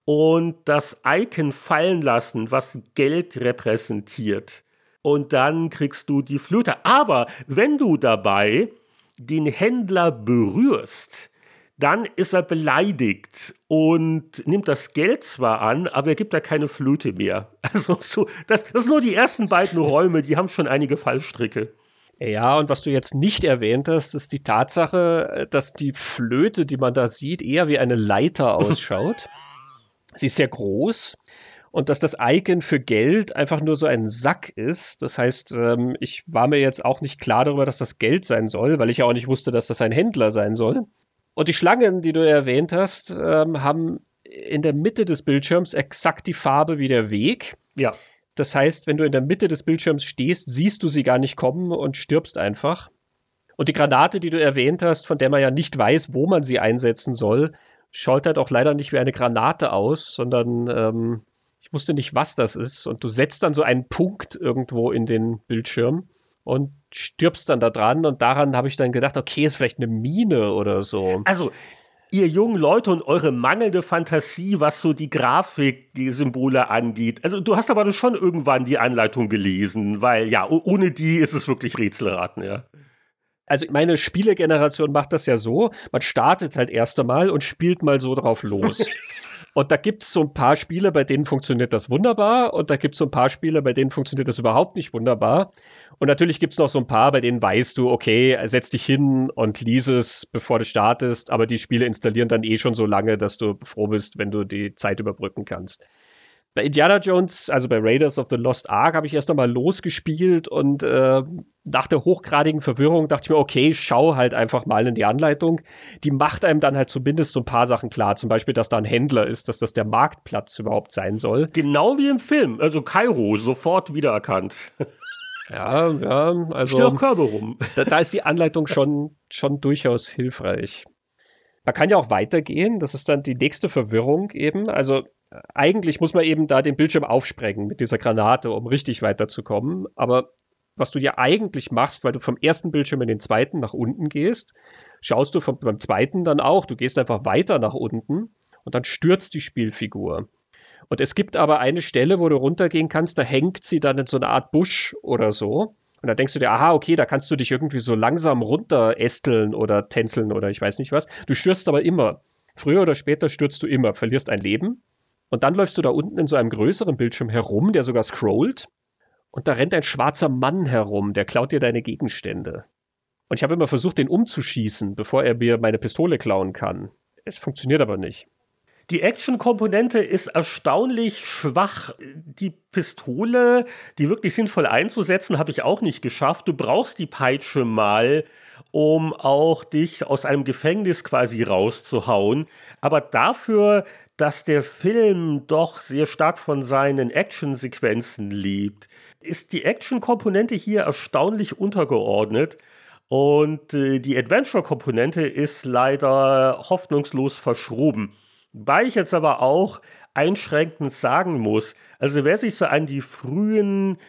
und das Icon fallen lassen, was Geld repräsentiert. Und dann kriegst du die Flöte. Aber wenn du dabei den Händler berührst, dann ist er beleidigt und nimmt das Geld zwar an, aber er gibt da keine Flöte mehr. Also so, das, das sind nur die ersten beiden Räume, die haben schon einige Fallstricke. Ja, und was du jetzt nicht erwähnt hast, ist die Tatsache, dass die Flöte, die man da sieht, eher wie eine Leiter ausschaut. Sie ist sehr groß. Und dass das Icon für Geld einfach nur so ein Sack ist. Das heißt, ähm, ich war mir jetzt auch nicht klar darüber, dass das Geld sein soll, weil ich ja auch nicht wusste, dass das ein Händler sein soll. Und die Schlangen, die du erwähnt hast, ähm, haben in der Mitte des Bildschirms exakt die Farbe wie der Weg. Ja. Das heißt, wenn du in der Mitte des Bildschirms stehst, siehst du sie gar nicht kommen und stirbst einfach. Und die Granate, die du erwähnt hast, von der man ja nicht weiß, wo man sie einsetzen soll, schaut halt auch leider nicht wie eine Granate aus, sondern ähm, ich wusste nicht, was das ist. Und du setzt dann so einen Punkt irgendwo in den Bildschirm und stirbst dann da dran. Und daran habe ich dann gedacht, okay, ist vielleicht eine Mine oder so. Also, ihr jungen Leute und eure mangelnde Fantasie, was so die Grafik, die Symbole angeht. Also, du hast aber schon irgendwann die Anleitung gelesen, weil ja, ohne die ist es wirklich Rätselraten, ja. Also meine Spielegeneration macht das ja so, man startet halt erst einmal und spielt mal so drauf los. Und da gibt es so ein paar Spiele, bei denen funktioniert das wunderbar. Und da gibt es so ein paar Spiele, bei denen funktioniert das überhaupt nicht wunderbar. Und natürlich gibt es noch so ein paar, bei denen weißt du, okay, setz dich hin und lies es, bevor du startest. Aber die Spiele installieren dann eh schon so lange, dass du froh bist, wenn du die Zeit überbrücken kannst. Bei Indiana Jones, also bei Raiders of the Lost Ark, habe ich erst einmal losgespielt und äh, nach der hochgradigen Verwirrung dachte ich mir, okay, schau halt einfach mal in die Anleitung. Die macht einem dann halt zumindest so ein paar Sachen klar. Zum Beispiel, dass da ein Händler ist, dass das der Marktplatz überhaupt sein soll. Genau wie im Film, also Kairo, sofort wiedererkannt. Ja, ja, also steht auch Körbe rum. Da, da ist die Anleitung schon, schon durchaus hilfreich. Man kann ja auch weitergehen, das ist dann die nächste Verwirrung eben. Also eigentlich muss man eben da den Bildschirm aufsprengen mit dieser Granate, um richtig weiterzukommen. Aber was du ja eigentlich machst, weil du vom ersten Bildschirm in den zweiten nach unten gehst, schaust du vom, beim zweiten dann auch. Du gehst einfach weiter nach unten und dann stürzt die Spielfigur. Und es gibt aber eine Stelle, wo du runtergehen kannst, da hängt sie dann in so eine Art Busch oder so. Und dann denkst du dir, aha, okay, da kannst du dich irgendwie so langsam runterästeln oder tänzeln oder ich weiß nicht was. Du stürzt aber immer. Früher oder später stürzt du immer, verlierst ein Leben. Und dann läufst du da unten in so einem größeren Bildschirm herum, der sogar scrollt. Und da rennt ein schwarzer Mann herum, der klaut dir deine Gegenstände. Und ich habe immer versucht, den umzuschießen, bevor er mir meine Pistole klauen kann. Es funktioniert aber nicht. Die Action-Komponente ist erstaunlich schwach. Die Pistole, die wirklich sinnvoll einzusetzen, habe ich auch nicht geschafft. Du brauchst die Peitsche mal, um auch dich aus einem Gefängnis quasi rauszuhauen. Aber dafür, dass der Film doch sehr stark von seinen Action-Sequenzen lebt, ist die Action-Komponente hier erstaunlich untergeordnet. Und äh, die Adventure-Komponente ist leider hoffnungslos verschroben. Wobei ich jetzt aber auch einschränkend sagen muss, also wer sich so an die frühen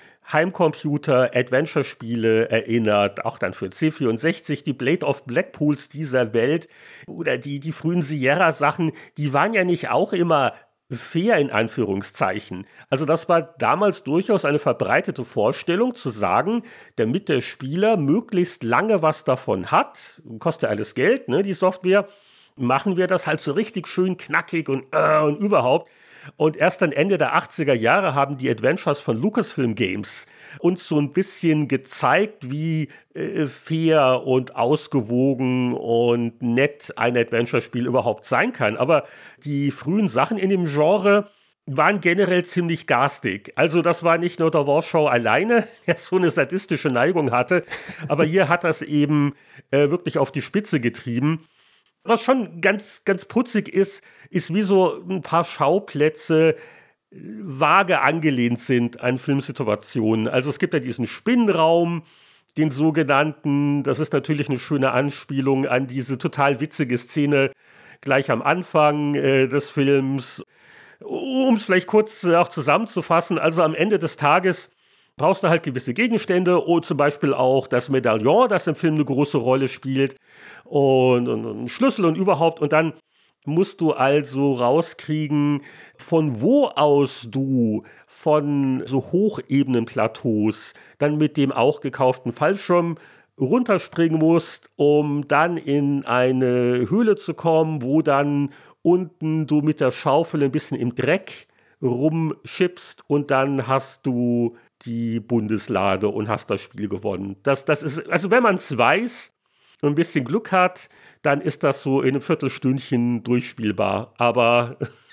Heimcomputer-Adventure-Spiele erinnert, auch dann für C vierundsechzig, die Blade of Blackpools dieser Welt oder die, die frühen Sierra-Sachen, die waren ja nicht auch immer fair in Anführungszeichen. Also das war damals durchaus eine verbreitete Vorstellung, zu sagen, damit der Spieler möglichst lange was davon hat, kostet alles Geld, ne, die Software, machen wir das halt so richtig schön knackig und, äh, und überhaupt. Und erst dann Ende der achtziger Jahre haben die Adventures von Lucasfilm Games uns so ein bisschen gezeigt, wie äh, fair und ausgewogen und nett ein Adventure-Spiel überhaupt sein kann. Aber die frühen Sachen in dem Genre waren generell ziemlich garstig. Also das war nicht nur der Warschau alleine, der so eine sadistische Neigung hatte, aber hier hat das eben äh, wirklich auf die Spitze getrieben. Was schon ganz, ganz putzig ist, ist, wie so ein paar Schauplätze vage angelehnt sind an Filmsituationen. Also es gibt ja diesen Spinnenraum, den sogenannten, das ist natürlich eine schöne Anspielung an diese total witzige Szene gleich am Anfang äh, des Films. Um es vielleicht kurz äh, auch zusammenzufassen, also am Ende des Tages brauchst du halt gewisse Gegenstände, und zum Beispiel auch das Medaillon, das im Film eine große Rolle spielt, und, und, und einen Schlüssel und überhaupt. Und dann musst du also rauskriegen, von wo aus du von so Hochebenenplateaus dann mit dem auch gekauften Fallschirm runterspringen musst, um dann in eine Höhle zu kommen, wo dann unten du mit der Schaufel ein bisschen im Dreck rumschippst und dann hast du die Bundeslade und hast das Spiel gewonnen. Das, das ist, also wenn man es weiß und ein bisschen Glück hat, dann ist das so in einem Viertelstündchen durchspielbar. Aber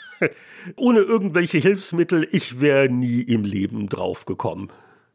ohne irgendwelche Hilfsmittel, ich wäre nie im Leben drauf gekommen.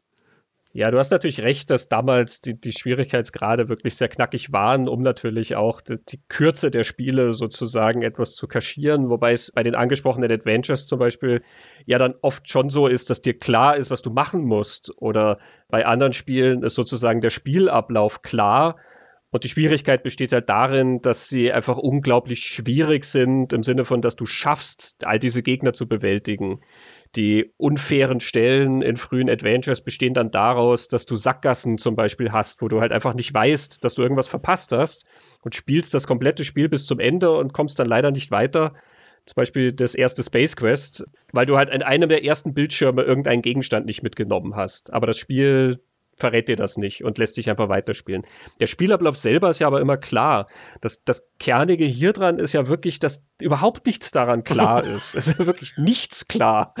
Ja, du hast natürlich recht, dass damals die, die Schwierigkeitsgrade wirklich sehr knackig waren, um natürlich auch die, die Kürze der Spiele sozusagen etwas zu kaschieren, wobei es bei den angesprochenen Adventures zum Beispiel ja dann oft schon so ist, dass dir klar ist, was du machen musst, oder bei anderen Spielen ist sozusagen der Spielablauf klar. Und die Schwierigkeit besteht halt darin, dass sie einfach unglaublich schwierig sind, im Sinne von, dass du schaffst, all diese Gegner zu bewältigen. Die unfairen Stellen in frühen Adventures bestehen dann daraus, dass du Sackgassen zum Beispiel hast, wo du halt einfach nicht weißt, dass du irgendwas verpasst hast und spielst das komplette Spiel bis zum Ende und kommst dann leider nicht weiter. Zum Beispiel das erste Space Quest, weil du halt in einem der ersten Bildschirme irgendeinen Gegenstand nicht mitgenommen hast. Aber das Spiel verrät dir das nicht und lässt dich einfach weiterspielen. Der Spielablauf selber ist ja aber immer klar. Das, das Kernige hier dran ist ja wirklich, dass überhaupt nichts daran klar ist. Es ist ja wirklich nichts klar.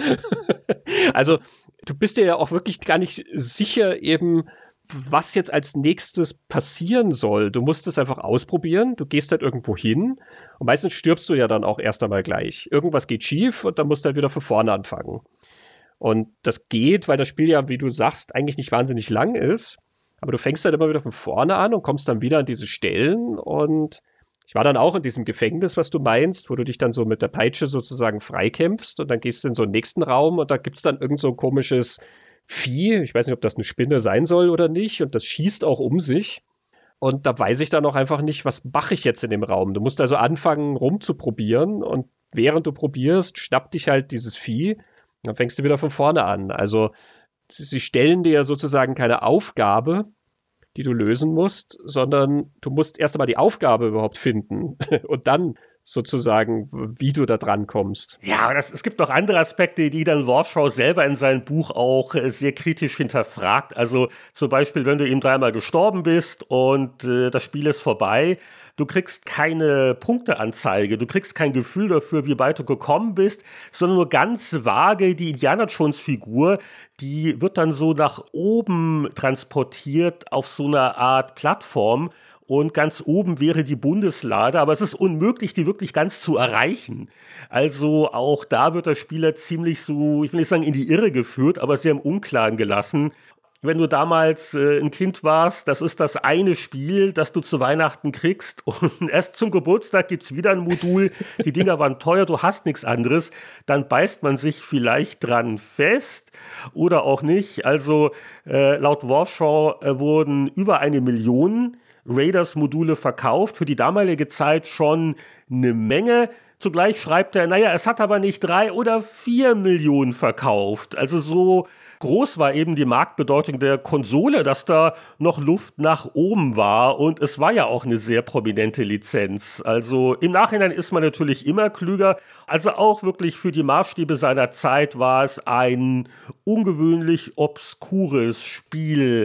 Also du bist dir ja auch wirklich gar nicht sicher eben, was jetzt als nächstes passieren soll. Du musst es einfach ausprobieren, du gehst halt irgendwo hin und meistens stirbst du ja dann auch erst einmal gleich. Irgendwas geht schief und dann musst du halt wieder von vorne anfangen. Und das geht, weil das Spiel ja, wie du sagst, eigentlich nicht wahnsinnig lang ist. Aber du fängst halt immer wieder von vorne an und kommst dann wieder an diese Stellen. Und ich war dann auch in diesem Gefängnis, was du meinst, wo du dich dann so mit der Peitsche sozusagen freikämpfst. Und dann gehst du in so einen nächsten Raum und da gibt's dann irgend so ein komisches Vieh. Ich weiß nicht, ob das eine Spinne sein soll oder nicht. Und das schießt auch um sich. Und da weiß ich dann auch einfach nicht, was mache ich jetzt in dem Raum. Du musst also anfangen, rumzuprobieren. Und während du probierst, schnappt dich halt dieses Vieh. Dann fängst du wieder von vorne an. Also sie stellen dir sozusagen keine Aufgabe, die du lösen musst, sondern du musst erst einmal die Aufgabe überhaupt finden und dann sozusagen, wie du da dran kommst. Ja, das, es gibt noch andere Aspekte, die dann Warschau selber in seinem Buch auch äh, sehr kritisch hinterfragt. Also zum Beispiel, wenn du eben dreimal gestorben bist und äh, das Spiel ist vorbei, du kriegst keine Punkteanzeige, du kriegst kein Gefühl dafür, wie weit du gekommen bist, sondern nur ganz vage die Indiana Jones Figur, die wird dann so nach oben transportiert auf so einer Art Plattform. Und ganz oben wäre die Bundeslade, aber es ist unmöglich, die wirklich ganz zu erreichen. Also auch da wird der Spieler ziemlich so, ich will nicht sagen in die Irre geführt, aber sehr im Unklaren gelassen. Wenn du damals äh, ein Kind warst, das ist das eine Spiel, das du zu Weihnachten kriegst und erst zum Geburtstag gibt's wieder ein Modul, die Dinger waren teuer, du hast nichts anderes, dann beißt man sich vielleicht dran fest oder auch nicht. Also äh, laut Warschau äh, wurden über eine Million Raiders-Module verkauft, für die damalige Zeit schon eine Menge. Zugleich schreibt er, naja, es hat aber nicht drei oder vier Millionen verkauft. Also so groß war eben die Marktbedeutung der Konsole, dass da noch Luft nach oben war. Und es war ja auch eine sehr prominente Lizenz. Also im Nachhinein ist man natürlich immer klüger. Also auch wirklich für die Maßstäbe seiner Zeit war es ein ungewöhnlich obskures Spiel.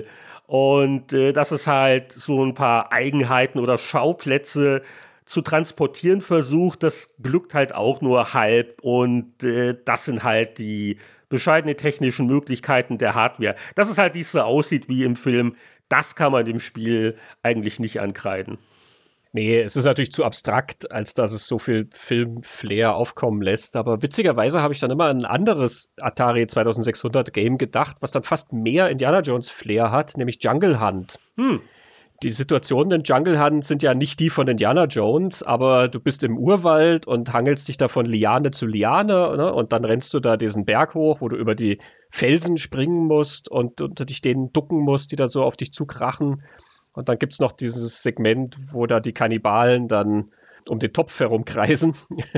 Und äh, dass es halt so ein paar Eigenheiten oder Schauplätze zu transportieren versucht, das glückt halt auch nur halb. Und äh, das sind halt die bescheidenen technischen Möglichkeiten der Hardware. Dass es halt nicht so aussieht wie im Film, das kann man dem Spiel eigentlich nicht ankreiden. Nee, es ist natürlich zu abstrakt, als dass es so viel Film-Flair aufkommen lässt. Aber witzigerweise habe ich dann immer an ein anderes Atari zweitausendsechshundert Game gedacht, was dann fast mehr Indiana Jones Flair hat, nämlich Jungle Hunt. Hm. Die Situationen in Jungle Hunt sind ja nicht die von Indiana Jones, aber du bist im Urwald und hangelst dich da von Liane zu Liane, ne? Und dann rennst du da diesen Berg hoch, wo du über die Felsen springen musst und unter dich denen ducken musst, die da so auf dich zukrachen. Und dann gibt's noch dieses Segment, wo da die Kannibalen dann um den Topf herumkreisen.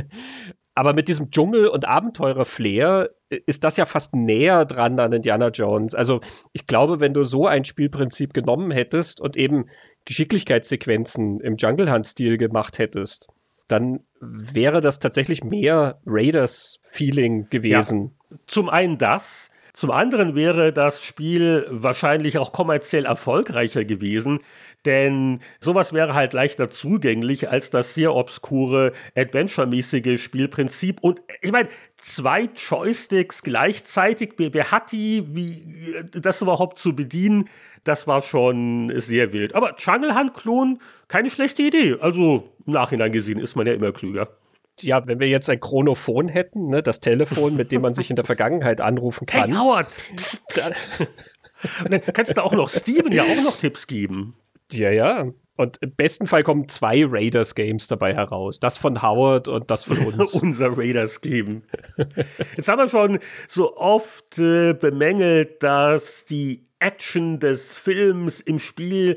Aber mit diesem Dschungel- und Abenteurer-Flair ist das ja fast näher dran an Indiana Jones. Also ich glaube, wenn du so ein Spielprinzip genommen hättest und eben Geschicklichkeitssequenzen im Jungle Hunt-Stil gemacht hättest, dann wäre das tatsächlich mehr Raiders-Feeling gewesen. Ja, zum einen das, zum anderen wäre das Spiel wahrscheinlich auch kommerziell erfolgreicher gewesen, denn sowas wäre halt leichter zugänglich als das sehr obskure, adventure-mäßige Spielprinzip. Und ich meine, zwei Joysticks gleichzeitig, wer, wer hat die, wie das überhaupt zu bedienen, das war schon sehr wild. Aber Jungle Hunt-Klon, keine schlechte Idee. Also im Nachhinein gesehen ist man ja immer klüger. Ja, wenn wir jetzt ein Chronophon hätten, ne, das Telefon, mit dem man sich in der Vergangenheit anrufen kann. Hey Howard! Psst, psst. Und dann kannst du da auch noch Steven ja auch noch Tipps geben. Ja, ja. Und im besten Fall kommen zwei Raiders-Games dabei heraus. Das von Howard und das von uns. Unser Raiders-Game. Jetzt haben wir schon so oft äh, bemängelt, dass die Action des Films im Spiel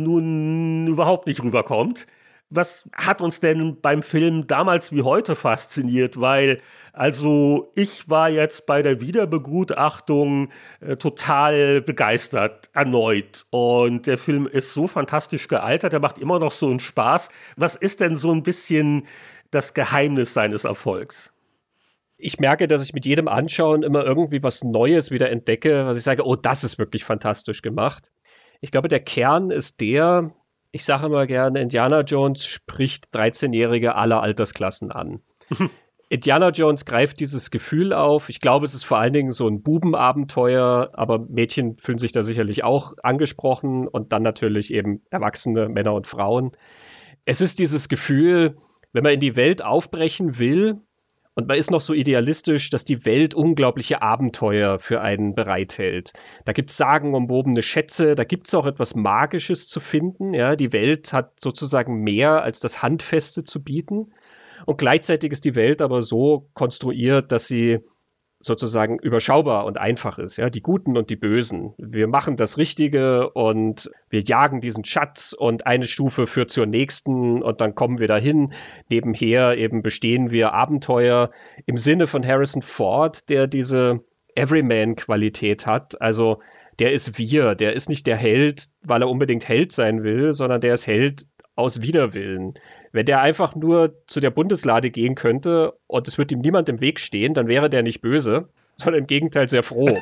nun überhaupt nicht rüberkommt. Was hat uns denn beim Film damals wie heute fasziniert? Weil, also ich war jetzt bei der Wiederbegutachtung äh, total begeistert, erneut. Und der Film ist so fantastisch gealtert, der macht immer noch so einen Spaß. Was ist denn so ein bisschen das Geheimnis seines Erfolgs? Ich merke, dass ich mit jedem Anschauen immer irgendwie was Neues wieder entdecke, was ich sage, oh, das ist wirklich fantastisch gemacht. Ich glaube, der Kern ist der, ich sage immer gerne, Indiana Jones spricht dreizehnjährige aller Altersklassen an. Indiana Jones greift dieses Gefühl auf. Ich glaube, es ist vor allen Dingen so ein Bubenabenteuer, aber Mädchen fühlen sich da sicherlich auch angesprochen und dann natürlich eben erwachsene Männer und Frauen. Es ist dieses Gefühl, wenn man in die Welt aufbrechen will, und man ist noch so idealistisch, dass die Welt unglaubliche Abenteuer für einen bereithält. Da gibt es sagenumwobene Schätze, da gibt es auch etwas Magisches zu finden. Ja, die Welt hat sozusagen mehr als das Handfeste zu bieten. Und gleichzeitig ist die Welt aber so konstruiert, dass sie sozusagen überschaubar und einfach ist, ja, die Guten und die Bösen. Wir machen das Richtige und wir jagen diesen Schatz und eine Stufe führt zur nächsten und dann kommen wir dahin. Nebenher eben bestehen wir Abenteuer im Sinne von Harrison Ford, der diese Everyman-Qualität hat. Also der ist wir, der ist nicht der Held, weil er unbedingt Held sein will, sondern der ist Held aus Widerwillen. Wenn der einfach nur zu der Bundeslade gehen könnte und es wird ihm niemand im Weg stehen, dann wäre der nicht böse, sondern im Gegenteil sehr froh.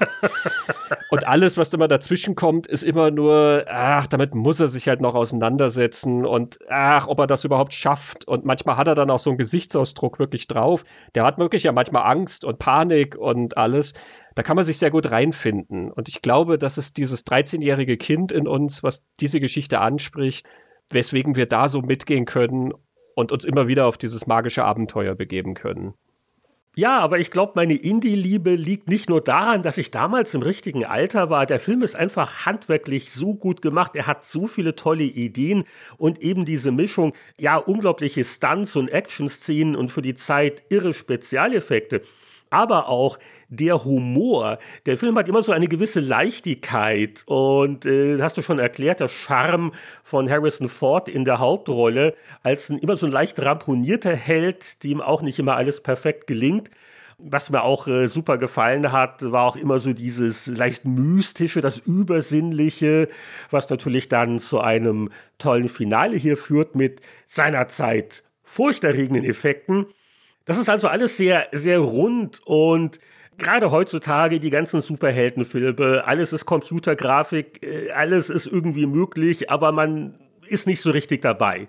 Und alles, was immer dazwischen kommt, ist immer nur, ach, damit muss er sich halt noch auseinandersetzen und ach, ob er das überhaupt schafft. Und manchmal hat er dann auch so einen Gesichtsausdruck wirklich drauf. Der hat wirklich ja manchmal Angst und Panik und alles. Da kann man sich sehr gut reinfinden. Und ich glaube, das ist dieses dreizehnjährige Kind in uns, was diese Geschichte anspricht, weswegen wir da so mitgehen können und uns immer wieder auf dieses magische Abenteuer begeben können. Ja, aber ich glaube, meine Indie-Liebe liegt nicht nur daran, dass ich damals im richtigen Alter war. Der Film ist einfach handwerklich so gut gemacht. Er hat so viele tolle Ideen und eben diese Mischung, ja, unglaubliche Stunts und Action-Szenen und für die Zeit irre Spezialeffekte. Aber auch der Humor. Der Film hat immer so eine gewisse Leichtigkeit und äh, hast du schon erklärt, der Charme von Harrison Ford in der Hauptrolle als ein, immer so ein leicht ramponierter Held, dem auch nicht immer alles perfekt gelingt. Was mir auch äh, super gefallen hat, war auch immer so dieses leicht Mystische, das Übersinnliche, was natürlich dann zu einem tollen Finale hier führt mit seinerzeit furchterregenden Effekten. Das ist also alles sehr, sehr rund und gerade heutzutage die ganzen Superheldenfilme, alles ist Computergrafik, alles ist irgendwie möglich, aber man ist nicht so richtig dabei.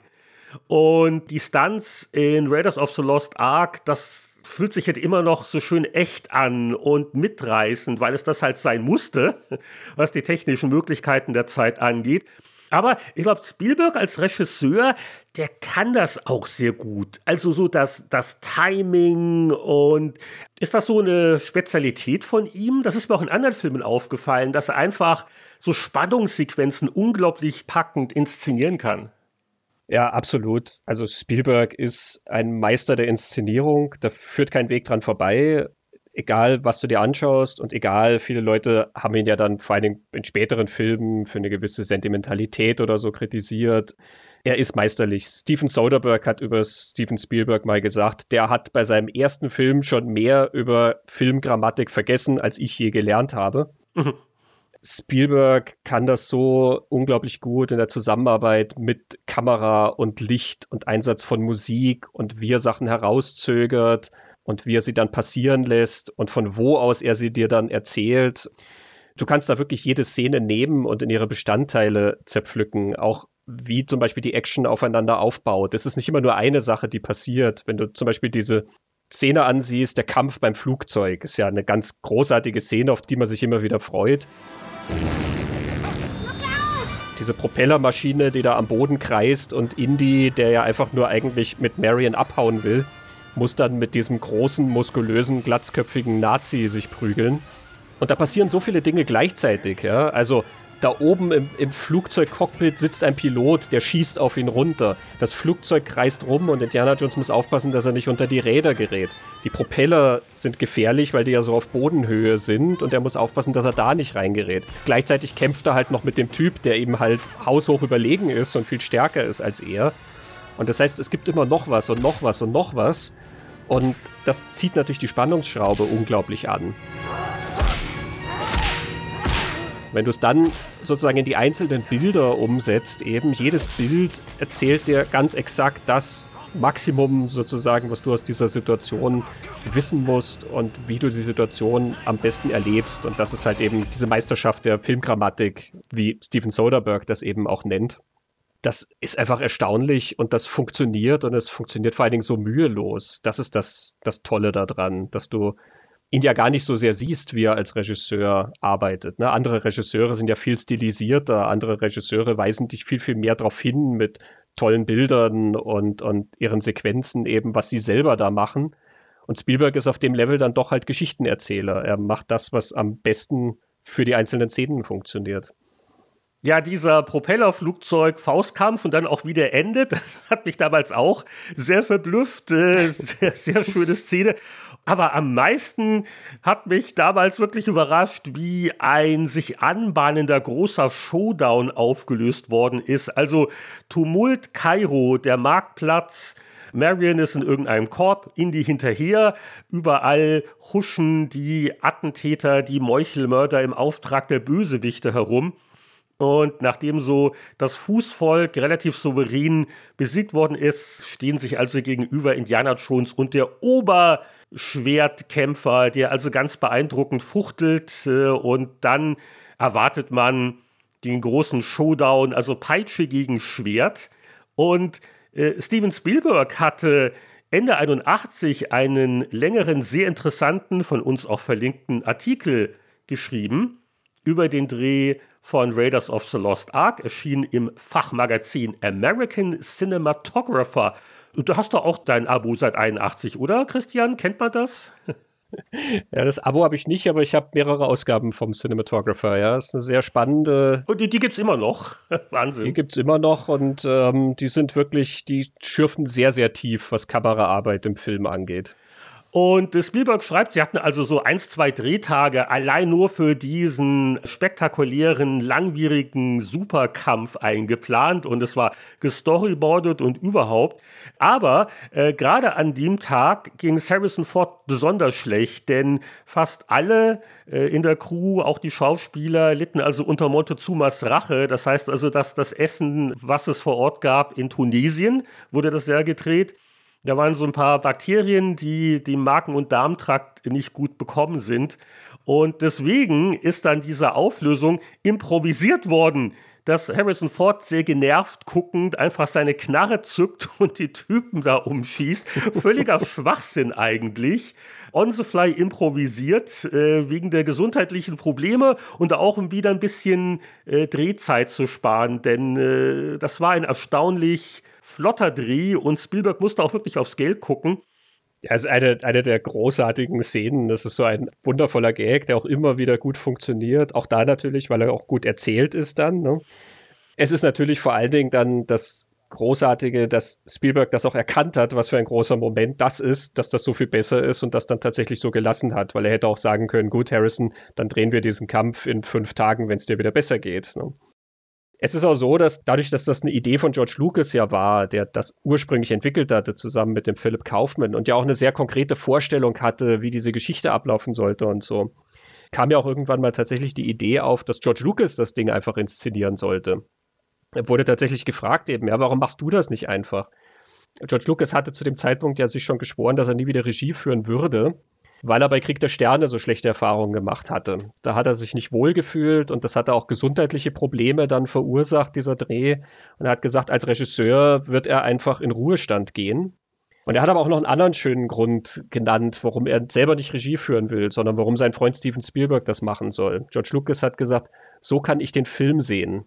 Und die Stunts in Raiders of the Lost Ark, das fühlt sich halt immer noch so schön echt an und mitreißend, weil es das halt sein musste, was die technischen Möglichkeiten der Zeit angeht. Aber ich glaube, Spielberg als Regisseur, der kann das auch sehr gut. Also so das, das Timing und ist das so eine Spezialität von ihm? Das ist mir auch in anderen Filmen aufgefallen, dass er einfach so Spannungssequenzen unglaublich packend inszenieren kann. Ja, absolut. Also Spielberg ist ein Meister der Inszenierung. Da führt kein Weg dran vorbei. Egal, was du dir anschaust und egal, viele Leute haben ihn ja dann vor allen Dingen in späteren Filmen für eine gewisse Sentimentalität oder so kritisiert. Er ist meisterlich. Steven Soderbergh hat über Steven Spielberg mal gesagt, der hat bei seinem ersten Film schon mehr über Filmgrammatik vergessen, als ich je gelernt habe. Mhm. Spielberg kann das so unglaublich gut in der Zusammenarbeit mit Kamera und Licht und Einsatz von Musik und wie er Sachen herauszögert und wie er sie dann passieren lässt und von wo aus er sie dir dann erzählt. Du kannst da wirklich jede Szene nehmen und in ihre Bestandteile zerpflücken, auch wie zum Beispiel die Action aufeinander aufbaut. Es ist nicht immer nur eine Sache, die passiert. Wenn du zum Beispiel diese Szene ansiehst, der Kampf beim Flugzeug, ist ja eine ganz großartige Szene, auf die man sich immer wieder freut. Diese Propellermaschine, die da am Boden kreist und Indy, der ja einfach nur eigentlich mit Marion abhauen will, muss dann mit diesem großen, muskulösen, glatzköpfigen Nazi sich prügeln. Und da passieren so viele Dinge gleichzeitig, ja. Also da oben im, im Flugzeugcockpit sitzt ein Pilot, der schießt auf ihn runter. Das Flugzeug kreist rum und Indiana Jones muss aufpassen, dass er nicht unter die Räder gerät. Die Propeller sind gefährlich, weil die ja so auf Bodenhöhe sind und er muss aufpassen, dass er da nicht reingerät. Gleichzeitig kämpft er halt noch mit dem Typ, der ihm halt haushoch überlegen ist und viel stärker ist als er. Und das heißt, es gibt immer noch was und noch was und noch was. Und das zieht natürlich die Spannungsschraube unglaublich an. Wenn du es dann sozusagen in die einzelnen Bilder umsetzt, eben jedes Bild erzählt dir ganz exakt das Maximum sozusagen, was du aus dieser Situation wissen musst und wie du die Situation am besten erlebst. Und das ist halt eben diese Meisterschaft der Filmgrammatik, wie Steven Soderbergh das eben auch nennt. Das ist einfach erstaunlich und das funktioniert und es funktioniert vor allen Dingen so mühelos. Das ist das, das Tolle daran, dass du ihn ja gar nicht so sehr siehst, wie er als Regisseur arbeitet. Ne? Andere Regisseure sind ja viel stilisierter, andere Regisseure weisen dich viel, viel mehr darauf hin mit tollen Bildern und, und ihren Sequenzen eben, was sie selber da machen. Und Spielberg ist auf dem Level dann doch halt Geschichtenerzähler. Er macht das, was am besten für die einzelnen Szenen funktioniert. Ja, dieser Propellerflugzeug-Faustkampf und dann auch wieder endet, das hat mich damals auch sehr verblüfft. Äh, sehr, sehr schöne Szene. Aber am meisten hat mich damals wirklich überrascht, wie ein sich anbahnender großer Showdown aufgelöst worden ist. Also Tumult Kairo, der Marktplatz, Marion ist in irgendeinem Korb, Indy hinterher, überall huschen die Attentäter, die Meuchelmörder im Auftrag der Bösewichte herum. Und nachdem so das Fußvolk relativ souverän besiegt worden ist, stehen sich also gegenüber Indiana Jones und der Oberschwertkämpfer, der also ganz beeindruckend fuchtelt. Und dann erwartet man den großen Showdown, also Peitsche gegen Schwert. Und äh, Steven Spielberg hatte Ende einundachtzig einen längeren, sehr interessanten, von uns auch verlinkten Artikel geschrieben über den Dreh von Raiders of the Lost Ark, erschien im Fachmagazin American Cinematographer. Du hast doch auch dein Abo seit einundachtzig, oder, Christian? Kennt man das? Ja, das Abo habe ich nicht, aber ich habe mehrere Ausgaben vom Cinematographer. Ja, das ist eine sehr spannende. Und die, die gibt es immer noch. Wahnsinn. Die gibt es immer noch und ähm, die sind wirklich, die schürfen sehr, sehr tief, was Kameraarbeit im Film angeht. Und Spielberg schreibt, sie hatten also so eins, zwei Drehtage allein nur für diesen spektakulären, langwierigen Superkampf eingeplant und es war gestoryboardet und überhaupt. Aber äh, gerade an dem Tag ging es Harrison Ford besonders schlecht, denn fast alle äh, in der Crew, auch die Schauspieler, litten also unter Montezumas Rache. Das heißt also, dass das Essen, was es vor Ort gab, in Tunesien wurde das ja gedreht. Da waren so ein paar Bakterien, die dem Magen- und Darmtrakt nicht gut bekommen sind. Und deswegen ist dann diese Auflösung improvisiert worden, dass Harrison Ford sehr genervt guckend einfach seine Knarre zückt und die Typen da umschießt. Völliger Schwachsinn eigentlich. On the fly improvisiert, äh, wegen der gesundheitlichen Probleme und auch um wieder ein bisschen äh, Drehzeit zu sparen. Denn äh, das war ein erstaunlich flotter Dreh und Spielberg musste auch wirklich aufs Geld gucken. Ja, es ist eine, eine der großartigen Szenen. Das ist so ein wundervoller Gag, der auch immer wieder gut funktioniert. Auch da natürlich, weil er auch gut erzählt ist dann. Ne? Es ist natürlich vor allen Dingen dann das Großartige, dass Spielberg das auch erkannt hat, was für ein großer Moment das ist, dass das so viel besser ist und das dann tatsächlich so gelassen hat. Weil er hätte auch sagen können, gut, Harrison, dann drehen wir diesen Kampf in fünf Tagen, wenn es dir wieder besser geht. Ne? Es ist auch so, dass dadurch, dass das eine Idee von George Lucas ja war, der das ursprünglich entwickelt hatte, zusammen mit dem Philip Kaufman und ja auch eine sehr konkrete Vorstellung hatte, wie diese Geschichte ablaufen sollte und so, kam ja auch irgendwann mal tatsächlich die Idee auf, dass George Lucas das Ding einfach inszenieren sollte. Er wurde tatsächlich gefragt eben, ja, warum machst du das nicht einfach? George Lucas hatte zu dem Zeitpunkt ja sich schon geschworen, dass er nie wieder Regie führen würde, weil er bei Krieg der Sterne so schlechte Erfahrungen gemacht hatte. Da hat er sich nicht wohlgefühlt und das hatte auch gesundheitliche Probleme dann verursacht, dieser Dreh. Und er hat gesagt, als Regisseur wird er einfach in Ruhestand gehen. Und er hat aber auch noch einen anderen schönen Grund genannt, warum er selber nicht Regie führen will, sondern warum sein Freund Steven Spielberg das machen soll. George Lucas hat gesagt, so kann ich den Film sehen.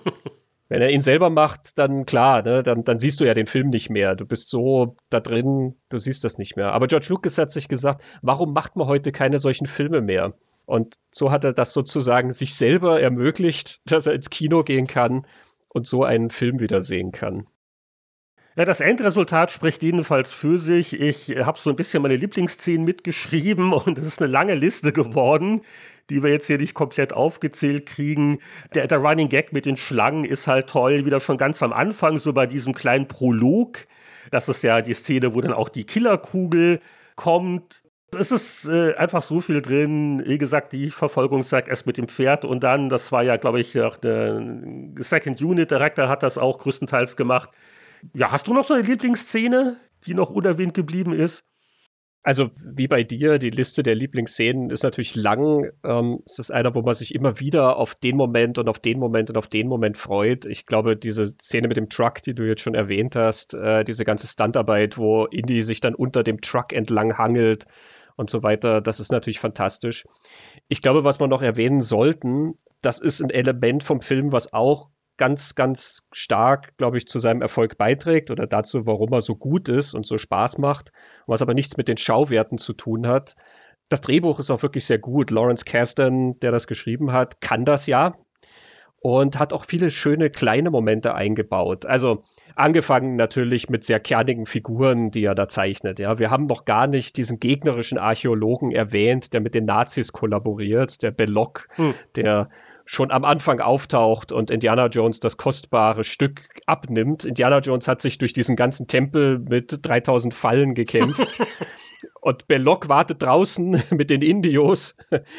Wenn er ihn selber macht, dann klar, ne, dann, dann siehst du ja den Film nicht mehr. Du bist so da drin, du siehst das nicht mehr. Aber George Lucas hat sich gesagt, warum macht man heute keine solchen Filme mehr? Und so hat er das sozusagen sich selber ermöglicht, dass er ins Kino gehen kann und so einen Film wieder sehen kann. Ja, das Endresultat spricht jedenfalls für sich. Ich habe so ein bisschen meine Lieblingsszenen mitgeschrieben und es ist eine lange Liste geworden, die wir jetzt hier nicht komplett aufgezählt kriegen. Der, der Running Gag mit den Schlangen ist halt toll, wieder schon ganz am Anfang, so bei diesem kleinen Prolog. Das ist ja die Szene, wo dann auch die Killerkugel kommt. Es ist äh, einfach so viel drin. Wie gesagt, die Verfolgungsjagd erst mit dem Pferd und dann, das war ja, glaube ich, auch der Second Unit Director hat das auch größtenteils gemacht. Ja, hast du noch so eine Lieblingsszene, die noch unerwähnt geblieben ist? Also wie bei dir, die Liste der Lieblingsszenen ist natürlich lang. Ähm, es ist einer, wo man sich immer wieder auf den Moment und auf den Moment und auf den Moment freut. Ich glaube, diese Szene mit dem Truck, die du jetzt schon erwähnt hast, äh, diese ganze Stuntarbeit, wo Indy sich dann unter dem Truck entlang hangelt und so weiter, das ist natürlich fantastisch. Ich glaube, was wir noch erwähnen sollten, das ist ein Element vom Film, was auch ganz, ganz stark, glaube ich, zu seinem Erfolg beiträgt oder dazu, warum er so gut ist und so Spaß macht, was aber nichts mit den Schauwerten zu tun hat. Das Drehbuch ist auch wirklich sehr gut. Lawrence Kasdan, der das geschrieben hat, kann das ja und hat auch viele schöne kleine Momente eingebaut. Also angefangen natürlich mit sehr kernigen Figuren, die er da zeichnet. Ja, wir haben noch gar nicht diesen gegnerischen Archäologen erwähnt, der mit den Nazis kollaboriert, der Belloc, hm. der schon am Anfang auftaucht und Indiana Jones das kostbare Stück abnimmt. Indiana Jones hat sich durch diesen ganzen Tempel mit dreitausend Fallen gekämpft. Und Belloc wartet draußen mit den Indios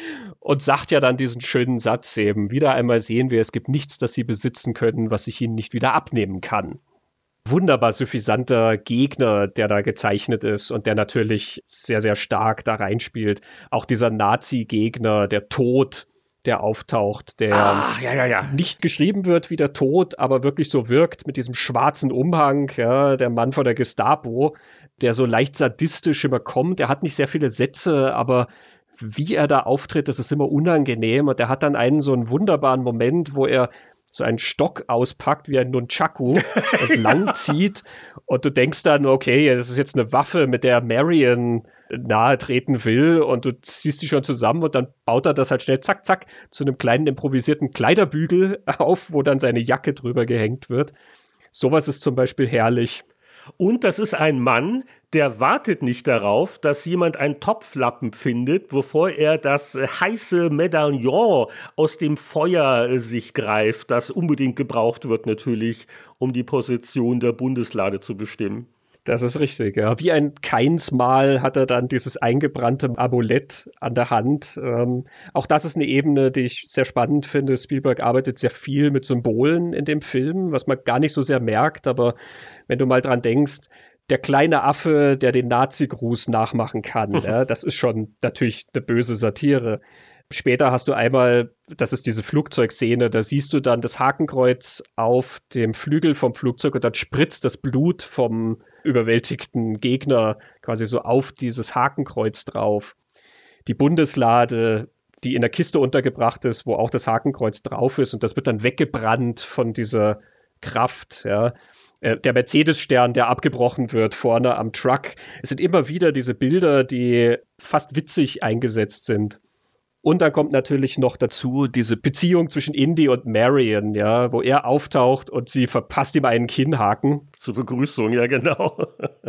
und sagt ja dann diesen schönen Satz eben, wieder einmal sehen wir, es gibt nichts, das sie besitzen können, was ich ihnen nicht wieder abnehmen kann. Wunderbar suffisanter Gegner, der da gezeichnet ist und der natürlich sehr, sehr stark da reinspielt. Auch dieser Nazi-Gegner, der Tod, der auftaucht, der ah, ja, ja, ja. nicht geschrieben wird wie der Tod, aber wirklich so wirkt mit diesem schwarzen Umhang, ja, der Mann von der Gestapo, der so leicht sadistisch immer kommt. Er hat nicht sehr viele Sätze, aber wie er da auftritt, das ist immer unangenehm und er hat dann einen so einen wunderbaren Moment, wo er so einen Stock auspackt wie ein Nunchaku und lang zieht und du denkst dann, okay, das ist jetzt eine Waffe, mit der Marion nahe treten will und du ziehst die schon zusammen und dann baut er das halt schnell zack, zack zu einem kleinen improvisierten Kleiderbügel auf, wo dann seine Jacke drüber gehängt wird. Sowas ist zum Beispiel herrlich. Und das ist ein Mann, der wartet nicht darauf, dass jemand einen Topflappen findet, bevor er das heiße Medaillon aus dem Feuer sich greift, das unbedingt gebraucht wird natürlich, um die Position der Bundeslade zu bestimmen. Das ist richtig, ja. Wie ein Keinsmal hat er dann dieses eingebrannte Amulett an der Hand. Ähm, auch das ist eine Ebene, die ich sehr spannend finde. Spielberg arbeitet sehr viel mit Symbolen in dem Film, was man gar nicht so sehr merkt. Aber wenn du mal dran denkst, der kleine Affe, der den Nazi-Gruß nachmachen kann, ja, das ist schon natürlich eine böse Satire. Später hast du einmal, das ist diese Flugzeugszene, da siehst du dann das Hakenkreuz auf dem Flügel vom Flugzeug und dann spritzt das Blut vom überwältigten Gegner quasi so auf dieses Hakenkreuz drauf. Die Bundeslade, die in der Kiste untergebracht ist, wo auch das Hakenkreuz drauf ist und das wird dann weggebrannt von dieser Kraft, ja. Der Mercedes-Stern, der abgebrochen wird vorne am Truck. Es sind immer wieder diese Bilder, die fast witzig eingesetzt sind. Und dann kommt natürlich noch dazu diese Beziehung zwischen Indy und Marion, ja, wo er auftaucht und sie verpasst ihm einen Kinnhaken. Zur Begrüßung, ja genau.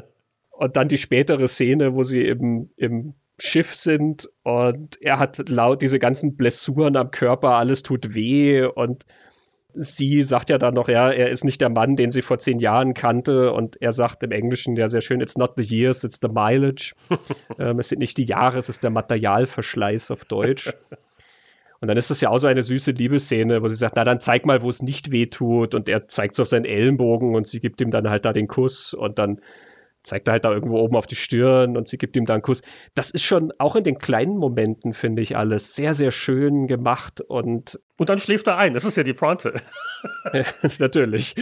Und dann die spätere Szene, wo sie im, im Schiff sind und er hat laut diese ganzen Blessuren am Körper, alles tut weh und Sie sagt ja dann noch, ja, er ist nicht der Mann, den sie vor zehn Jahren kannte. Und er sagt im Englischen ja sehr schön, it's not the years, it's the mileage. ähm, es sind nicht die Jahre, es ist der Materialverschleiß auf Deutsch. Und dann ist das ja auch so eine süße Liebesszene, wo sie sagt, na dann zeig mal, wo es nicht weh tut. Und er zeigt so auf seinen Ellenbogen und sie gibt ihm dann halt da den Kuss. Und dann zeigt er halt da irgendwo oben auf die Stirn und sie gibt ihm da einen Kuss. Das ist schon auch in den kleinen Momenten, finde ich, alles sehr, sehr schön gemacht. Und, und dann schläft er ein, das ist ja die Pointe. Natürlich.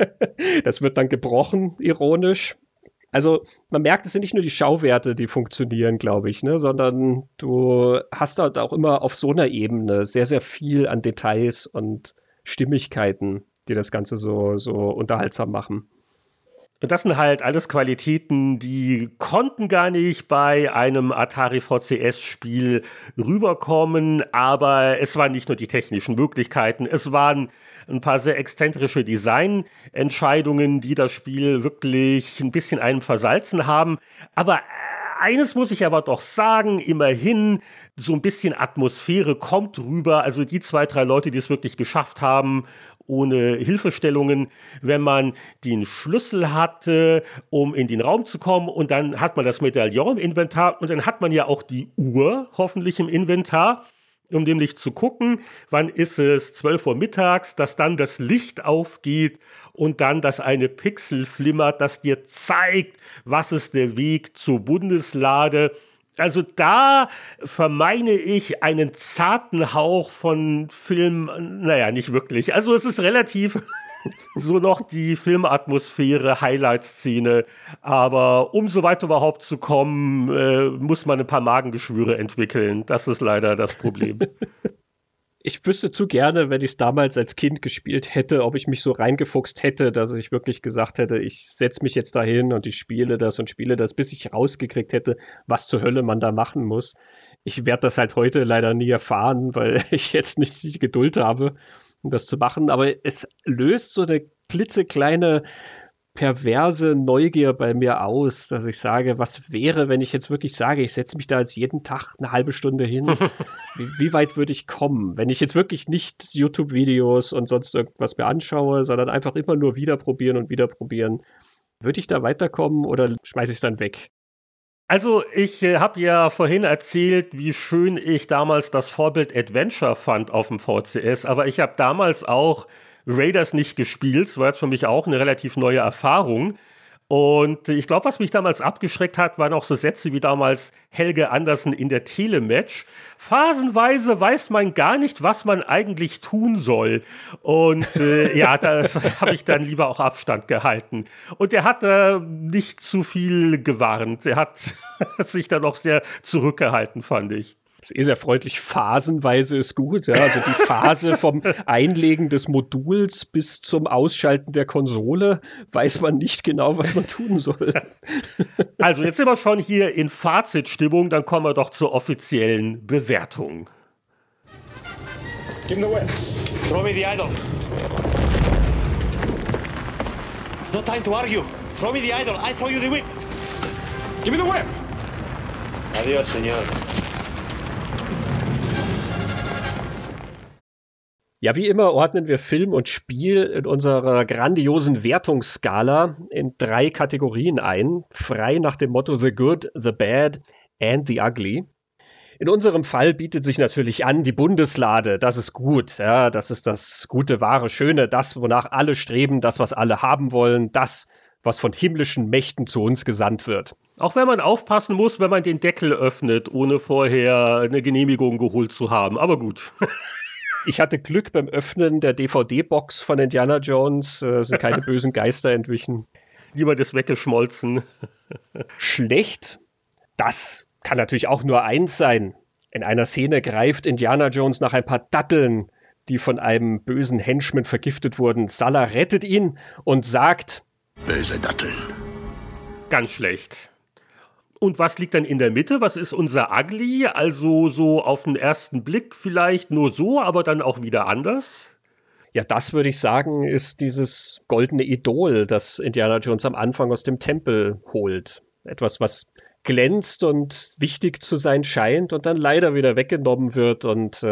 Das wird dann gebrochen, ironisch. Also man merkt, es sind nicht nur die Schauwerte, die funktionieren, glaube ich, ne, sondern du hast halt auch immer auf so einer Ebene sehr, sehr viel an Details und Stimmigkeiten, die das Ganze so, so unterhaltsam machen. Und das sind halt alles Qualitäten, die konnten gar nicht bei einem Atari V C S-Spiel rüberkommen, aber es waren nicht nur die technischen Möglichkeiten, es waren ein paar sehr exzentrische Designentscheidungen, die das Spiel wirklich ein bisschen einem versalzen haben. Aber eines muss ich aber doch sagen, immerhin, so ein bisschen Atmosphäre kommt rüber. Also die zwei, drei Leute, die es wirklich geschafft haben, ohne Hilfestellungen, wenn man den Schlüssel hatte, um in den Raum zu kommen und dann hat man das Medaillon im Inventar und dann hat man ja auch die Uhr hoffentlich im Inventar, um nämlich zu gucken, wann ist es zwölf Uhr mittags, dass dann das Licht aufgeht und dann das eine Pixel flimmert, das dir zeigt, was ist der Weg zur Bundeslade. Also da vermeine ich einen zarten Hauch von Film, naja, nicht wirklich. Also es ist relativ so noch die Filmatmosphäre, Highlight-Szene. Aber um so weit überhaupt zu kommen, äh, muss man ein paar Magengeschwüre entwickeln. Das ist leider das Problem. Ich wüsste zu gerne, wenn ich es damals als Kind gespielt hätte, ob ich mich so reingefuchst hätte, dass ich wirklich gesagt hätte, ich setze mich jetzt dahin und ich spiele das und spiele das, bis ich rausgekriegt hätte, was zur Hölle man da machen muss. Ich werde das halt heute leider nie erfahren, weil ich jetzt nicht die Geduld habe, um das zu machen. Aber es löst so eine klitzekleine perverse Neugier bei mir aus, dass ich sage, was wäre, wenn ich jetzt wirklich sage, ich setze mich da jetzt jeden Tag eine halbe Stunde hin. Wie, wie weit würde ich kommen, wenn ich jetzt wirklich nicht YouTube-Videos und sonst irgendwas mehr anschaue, sondern einfach immer nur wieder probieren und wieder probieren? Würde ich da weiterkommen oder schmeiße ich es dann weg? Also ich äh, habe ja vorhin erzählt, wie schön ich damals das Vorbild Adventure fand auf dem V C S, aber ich habe damals auch Raiders nicht gespielt. Das war jetzt für mich auch eine relativ neue Erfahrung. Und ich glaube, was mich damals abgeschreckt hat, waren auch so Sätze wie damals Helge Andersen in der Telematch. Phasenweise weiß man gar nicht, was man eigentlich tun soll. Und äh, ja, da habe ich dann lieber auch Abstand gehalten. Und er hat äh, nicht zu viel gewarnt. Er hat sich dann auch sehr zurückgehalten, fand ich. Das ist eh sehr freundlich. Phasenweise ist gut. Ja? Also die Phase vom Einlegen des Moduls bis zum Ausschalten der Konsole weiß man nicht genau, was man tun soll. Also jetzt sind wir schon hier in Fazitstimmung, dann kommen wir doch zur offiziellen Bewertung. Give me the whip. Throw me the idol. No time to argue. Throw me the idol. I throw you the whip. Give me the whip. Adiós, señor. Ja, wie immer ordnen wir Film und Spiel in unserer grandiosen Wertungsskala in drei Kategorien ein, frei nach dem Motto The Good, The Bad and The Ugly. In unserem Fall bietet sich natürlich an, die Bundeslade, das ist gut, ja, das ist das Gute, Wahre, Schöne, das, wonach alle streben, das, was alle haben wollen, das, was von himmlischen Mächten zu uns gesandt wird. Auch wenn man aufpassen muss, wenn man den Deckel öffnet, ohne vorher eine Genehmigung geholt zu haben, aber gut. Ich hatte Glück beim Öffnen der D V D-Box von Indiana Jones. Es sind keine bösen Geister entwichen. Niemand ist weggeschmolzen. Schlecht? Das kann natürlich auch nur eins sein. In einer Szene greift Indiana Jones nach ein paar Datteln, die von einem bösen Henchman vergiftet wurden. Salla rettet ihn und sagt: Böse Datteln. Ganz schlecht. Und was liegt dann in der Mitte? Was ist unser Ugly? Also so auf den ersten Blick vielleicht nur so, aber dann auch wieder anders? Ja, das würde ich sagen, ist dieses goldene Idol, das Indiana Jones am Anfang aus dem Tempel holt. Etwas, was glänzt und wichtig zu sein scheint und dann leider wieder weggenommen wird und ähm,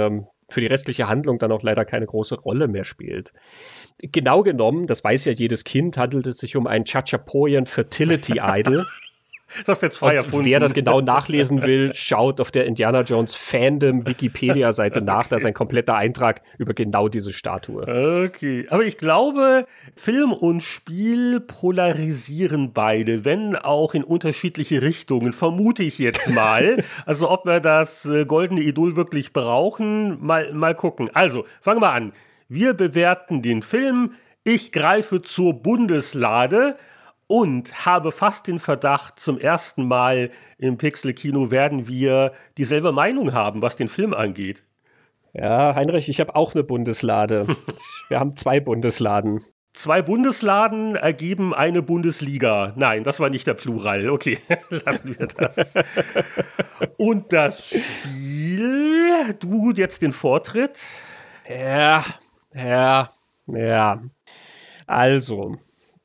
für die restliche Handlung dann auch leider keine große Rolle mehr spielt. Genau genommen, das weiß ja jedes Kind, handelt es sich um einen Chachapoyan Fertility Idol. Das ist jetzt frei erfunden. Wer das genau nachlesen will, schaut auf der Indiana Jones Fandom Wikipedia-Seite nach. Okay. Da ist ein kompletter Eintrag über genau diese Statue. Okay, aber ich glaube, Film und Spiel polarisieren beide, wenn auch in unterschiedliche Richtungen, vermute ich jetzt mal. Also ob wir das äh, goldene Idol wirklich brauchen, mal, mal gucken. Also, fangen wir an. Wir bewerten den Film. Ich greife zur Bundeslade. Und habe fast den Verdacht, zum ersten Mal im Pixel-Kino werden wir dieselbe Meinung haben, was den Film angeht. Ja, Heinrich, ich habe auch eine Bundeslade. Wir haben zwei Bundesladen. Zwei Bundesladen ergeben eine Bundesliga. Nein, das war nicht der Plural. Okay, lassen wir das. Und das Spiel, du jetzt den Vortritt. Ja, ja, ja. Also...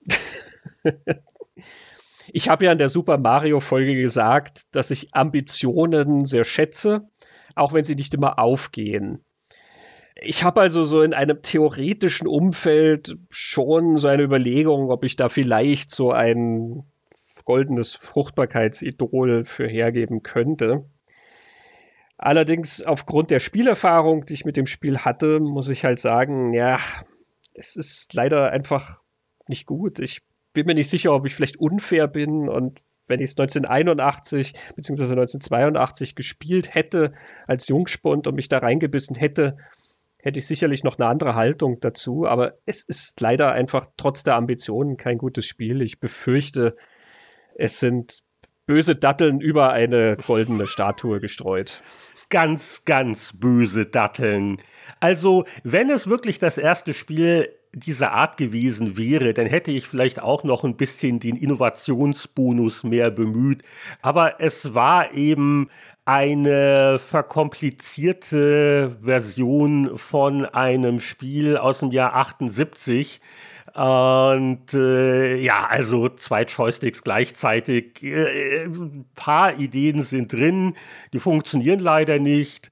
Ich habe ja in der Super Mario-Folge gesagt, dass ich Ambitionen sehr schätze, auch wenn sie nicht immer aufgehen. Ich habe also so in einem theoretischen Umfeld schon so eine Überlegung, ob ich da vielleicht so ein goldenes Fruchtbarkeitsidol für hergeben könnte. Allerdings aufgrund der Spielerfahrung, die ich mit dem Spiel hatte, muss ich halt sagen, ja, es ist leider einfach nicht gut. Ich bin mir nicht sicher, ob ich vielleicht unfair bin und wenn ich es neunzehnhunderteinundachtzig bzw. neunzehnhundertzweiundachtzig gespielt hätte als Jungspund und mich da reingebissen hätte, hätte ich sicherlich noch eine andere Haltung dazu. Aber es ist leider einfach trotz der Ambitionen kein gutes Spiel. Ich befürchte, es sind böse Datteln über eine goldene Statue gestreut. Ganz, ganz böse Datteln. Also, wenn es wirklich das erste Spiel dieser Art gewesen wäre, dann hätte ich vielleicht auch noch ein bisschen den Innovationsbonus mehr bemüht. Aber es war eben eine verkomplizierte Version von einem Spiel aus dem Jahr achtundsiebzig. Und äh, ja, also zwei Joysticks gleichzeitig. Äh, ein paar Ideen sind drin, die funktionieren leider nicht.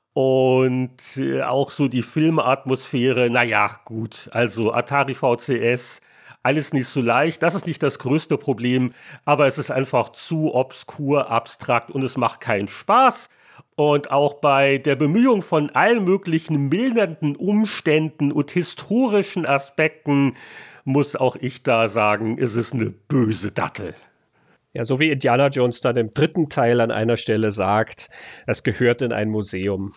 Und äh, auch so die Filmatmosphäre, naja, gut, also Atari V C S, alles nicht so leicht, das ist nicht das größte Problem, aber es ist einfach zu obskur, abstrakt und es macht keinen Spaß. Und auch bei der Bemühung von allen möglichen mildernden Umständen und historischen Aspekten muss auch ich da sagen, es ist eine böse Dattel. Ja, so wie Indiana Jones dann im dritten Teil an einer Stelle sagt, es gehört in ein Museum.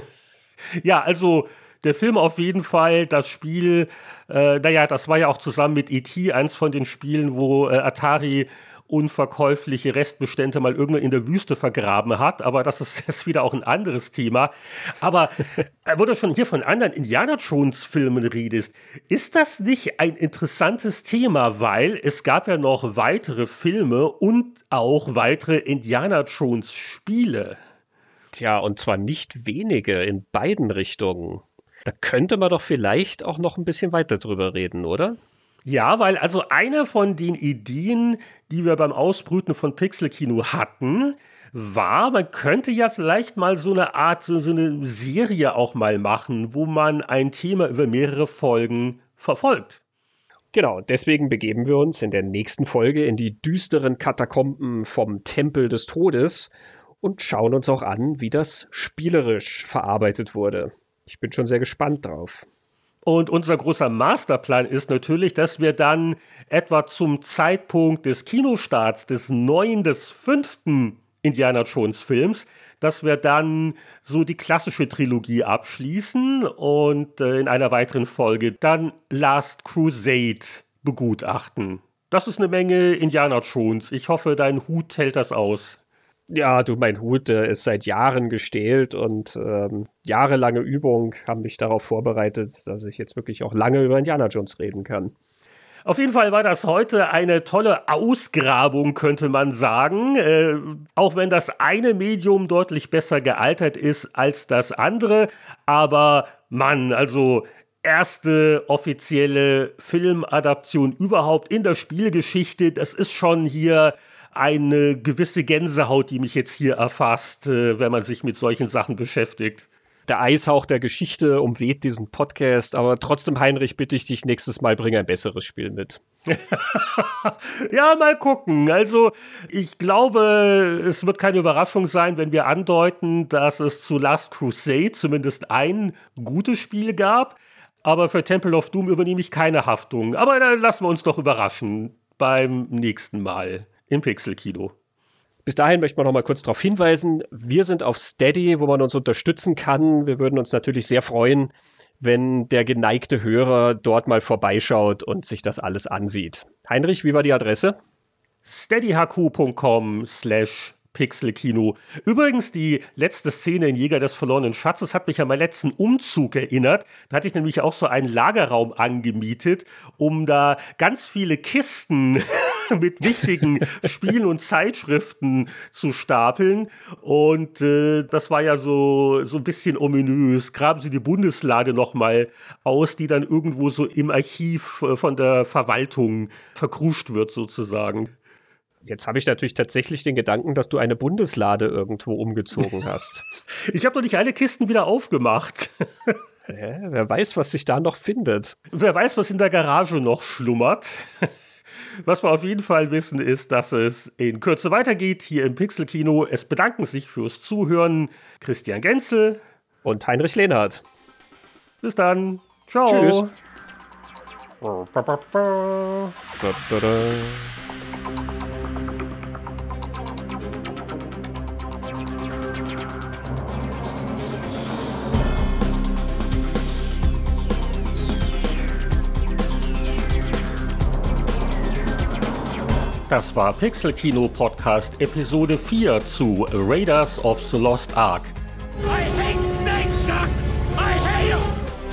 Ja, also der Film auf jeden Fall, das Spiel, äh, naja, das war ja auch zusammen mit E T eins von den Spielen, wo äh, Atari unverkäufliche Restbestände mal irgendwann in der Wüste vergraben hat, aber das ist jetzt wieder auch ein anderes Thema. Aber wo du schon hier von anderen Indiana Jones Filmen redest, ist das nicht ein interessantes Thema, weil es gab ja noch weitere Filme und auch weitere Indiana Jones Spiele. Tja, und zwar nicht wenige in beiden Richtungen. Da könnte man doch vielleicht auch noch ein bisschen weiter drüber reden, oder? Ja, weil also eine von den Ideen, die wir beim Ausbrüten von Pixel-Kino hatten, war, man könnte ja vielleicht mal so eine Art, so, so eine Serie auch mal machen, wo man ein Thema über mehrere Folgen verfolgt. Genau, deswegen begeben wir uns in der nächsten Folge in die düsteren Katakomben vom Tempel des Todes und schauen uns auch an, wie das spielerisch verarbeitet wurde. Ich bin schon sehr gespannt drauf. Und unser großer Masterplan ist natürlich, dass wir dann etwa zum Zeitpunkt des Kinostarts des neuen, des fünften Indiana Jones Films, dass wir dann so die klassische Trilogie abschließen und äh, in einer weiteren Folge dann Last Crusade begutachten. Das ist eine Menge Indiana Jones. Ich hoffe, dein Hut hält das aus. Ja, du, mein Hut der ist seit Jahren gestählt und ähm, jahrelange Übung haben mich darauf vorbereitet, dass ich jetzt wirklich auch lange über Indiana Jones reden kann. Auf jeden Fall war das heute eine tolle Ausgrabung, könnte man sagen. Äh, auch wenn das eine Medium deutlich besser gealtert ist als das andere. Aber Mann, also erste offizielle Filmadaption überhaupt in der Spielgeschichte, das ist schon hier eine gewisse Gänsehaut, die mich jetzt hier erfasst, äh, wenn man sich mit solchen Sachen beschäftigt. der Eishauch der Geschichte umweht diesen Podcast, aber trotzdem, Heinrich, bitte ich dich, nächstes Mal bring ein besseres Spiel mit. Ja, mal gucken. Also, ich glaube, es wird keine Überraschung sein, wenn wir andeuten, dass es zu Last Crusade zumindest ein gutes Spiel gab. Aber für Temple of Doom übernehme ich keine Haftung. Aber dann lassen wir uns doch überraschen beim nächsten Mal im Pixelkino. Bis dahin möchte man noch mal kurz darauf hinweisen, wir sind auf Steady, wo man uns unterstützen kann. Wir würden uns natürlich sehr freuen, wenn der geneigte Hörer dort mal vorbeischaut und sich das alles ansieht. Heinrich, wie war die Adresse? steadyhq.com slash Pixelkino. Übrigens, die letzte Szene in Jäger des verlorenen Schatzes hat mich an meinen letzten Umzug erinnert. Da hatte ich nämlich auch so einen Lagerraum angemietet, um da ganz viele Kisten mit wichtigen Spielen und Zeitschriften zu stapeln. Und äh, das war ja so, so ein bisschen ominös. Graben Sie die Bundeslade nochmal aus, die dann irgendwo so im Archiv äh, von der Verwaltung verkruscht wird sozusagen. Jetzt habe ich natürlich tatsächlich den Gedanken, dass du eine Bundeslade irgendwo umgezogen hast. Ich habe noch nicht alle Kisten wieder aufgemacht. Hä? Wer weiß, was sich da noch findet. Wer weiß, was in der Garage noch schlummert. Was wir auf jeden Fall wissen, ist, dass es in Kürze weitergeht hier im Pixelkino. Es bedanken sich fürs Zuhören Christian Genzel und Heinrich Lehnhardt. Bis dann. Ciao. Tschüss. Das war Pixelkino Podcast Episode vier zu Raiders of the Lost Ark. I hate Snake Shot! I hate him!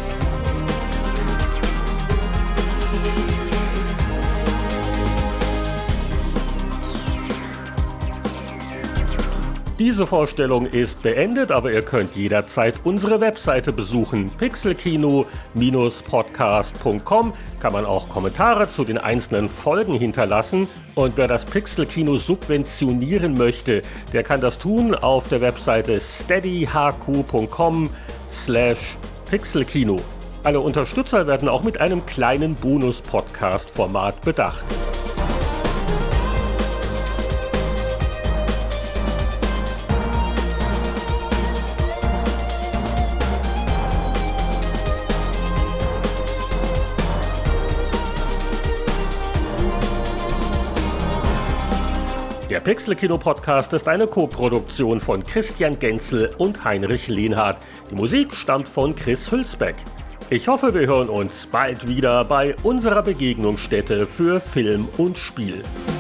Diese Vorstellung ist beendet, aber ihr könnt jederzeit unsere Webseite besuchen. pixelkino podcast punkt com kann man auch Kommentare zu den einzelnen Folgen hinterlassen. Und wer das Pixelkino subventionieren möchte, der kann das tun auf der Webseite steadyhq.com slash pixelkino. Alle Unterstützer werden auch mit einem kleinen Bonus-Podcast-Format bedacht. Der Pixelkino-Podcast ist eine Co-Produktion von Christian Genzel und Heinrich Lehnhardt. Die Musik stammt von Chris Hülsbeck. Ich hoffe, wir hören uns bald wieder bei unserer Begegnungsstätte für Film und Spiel.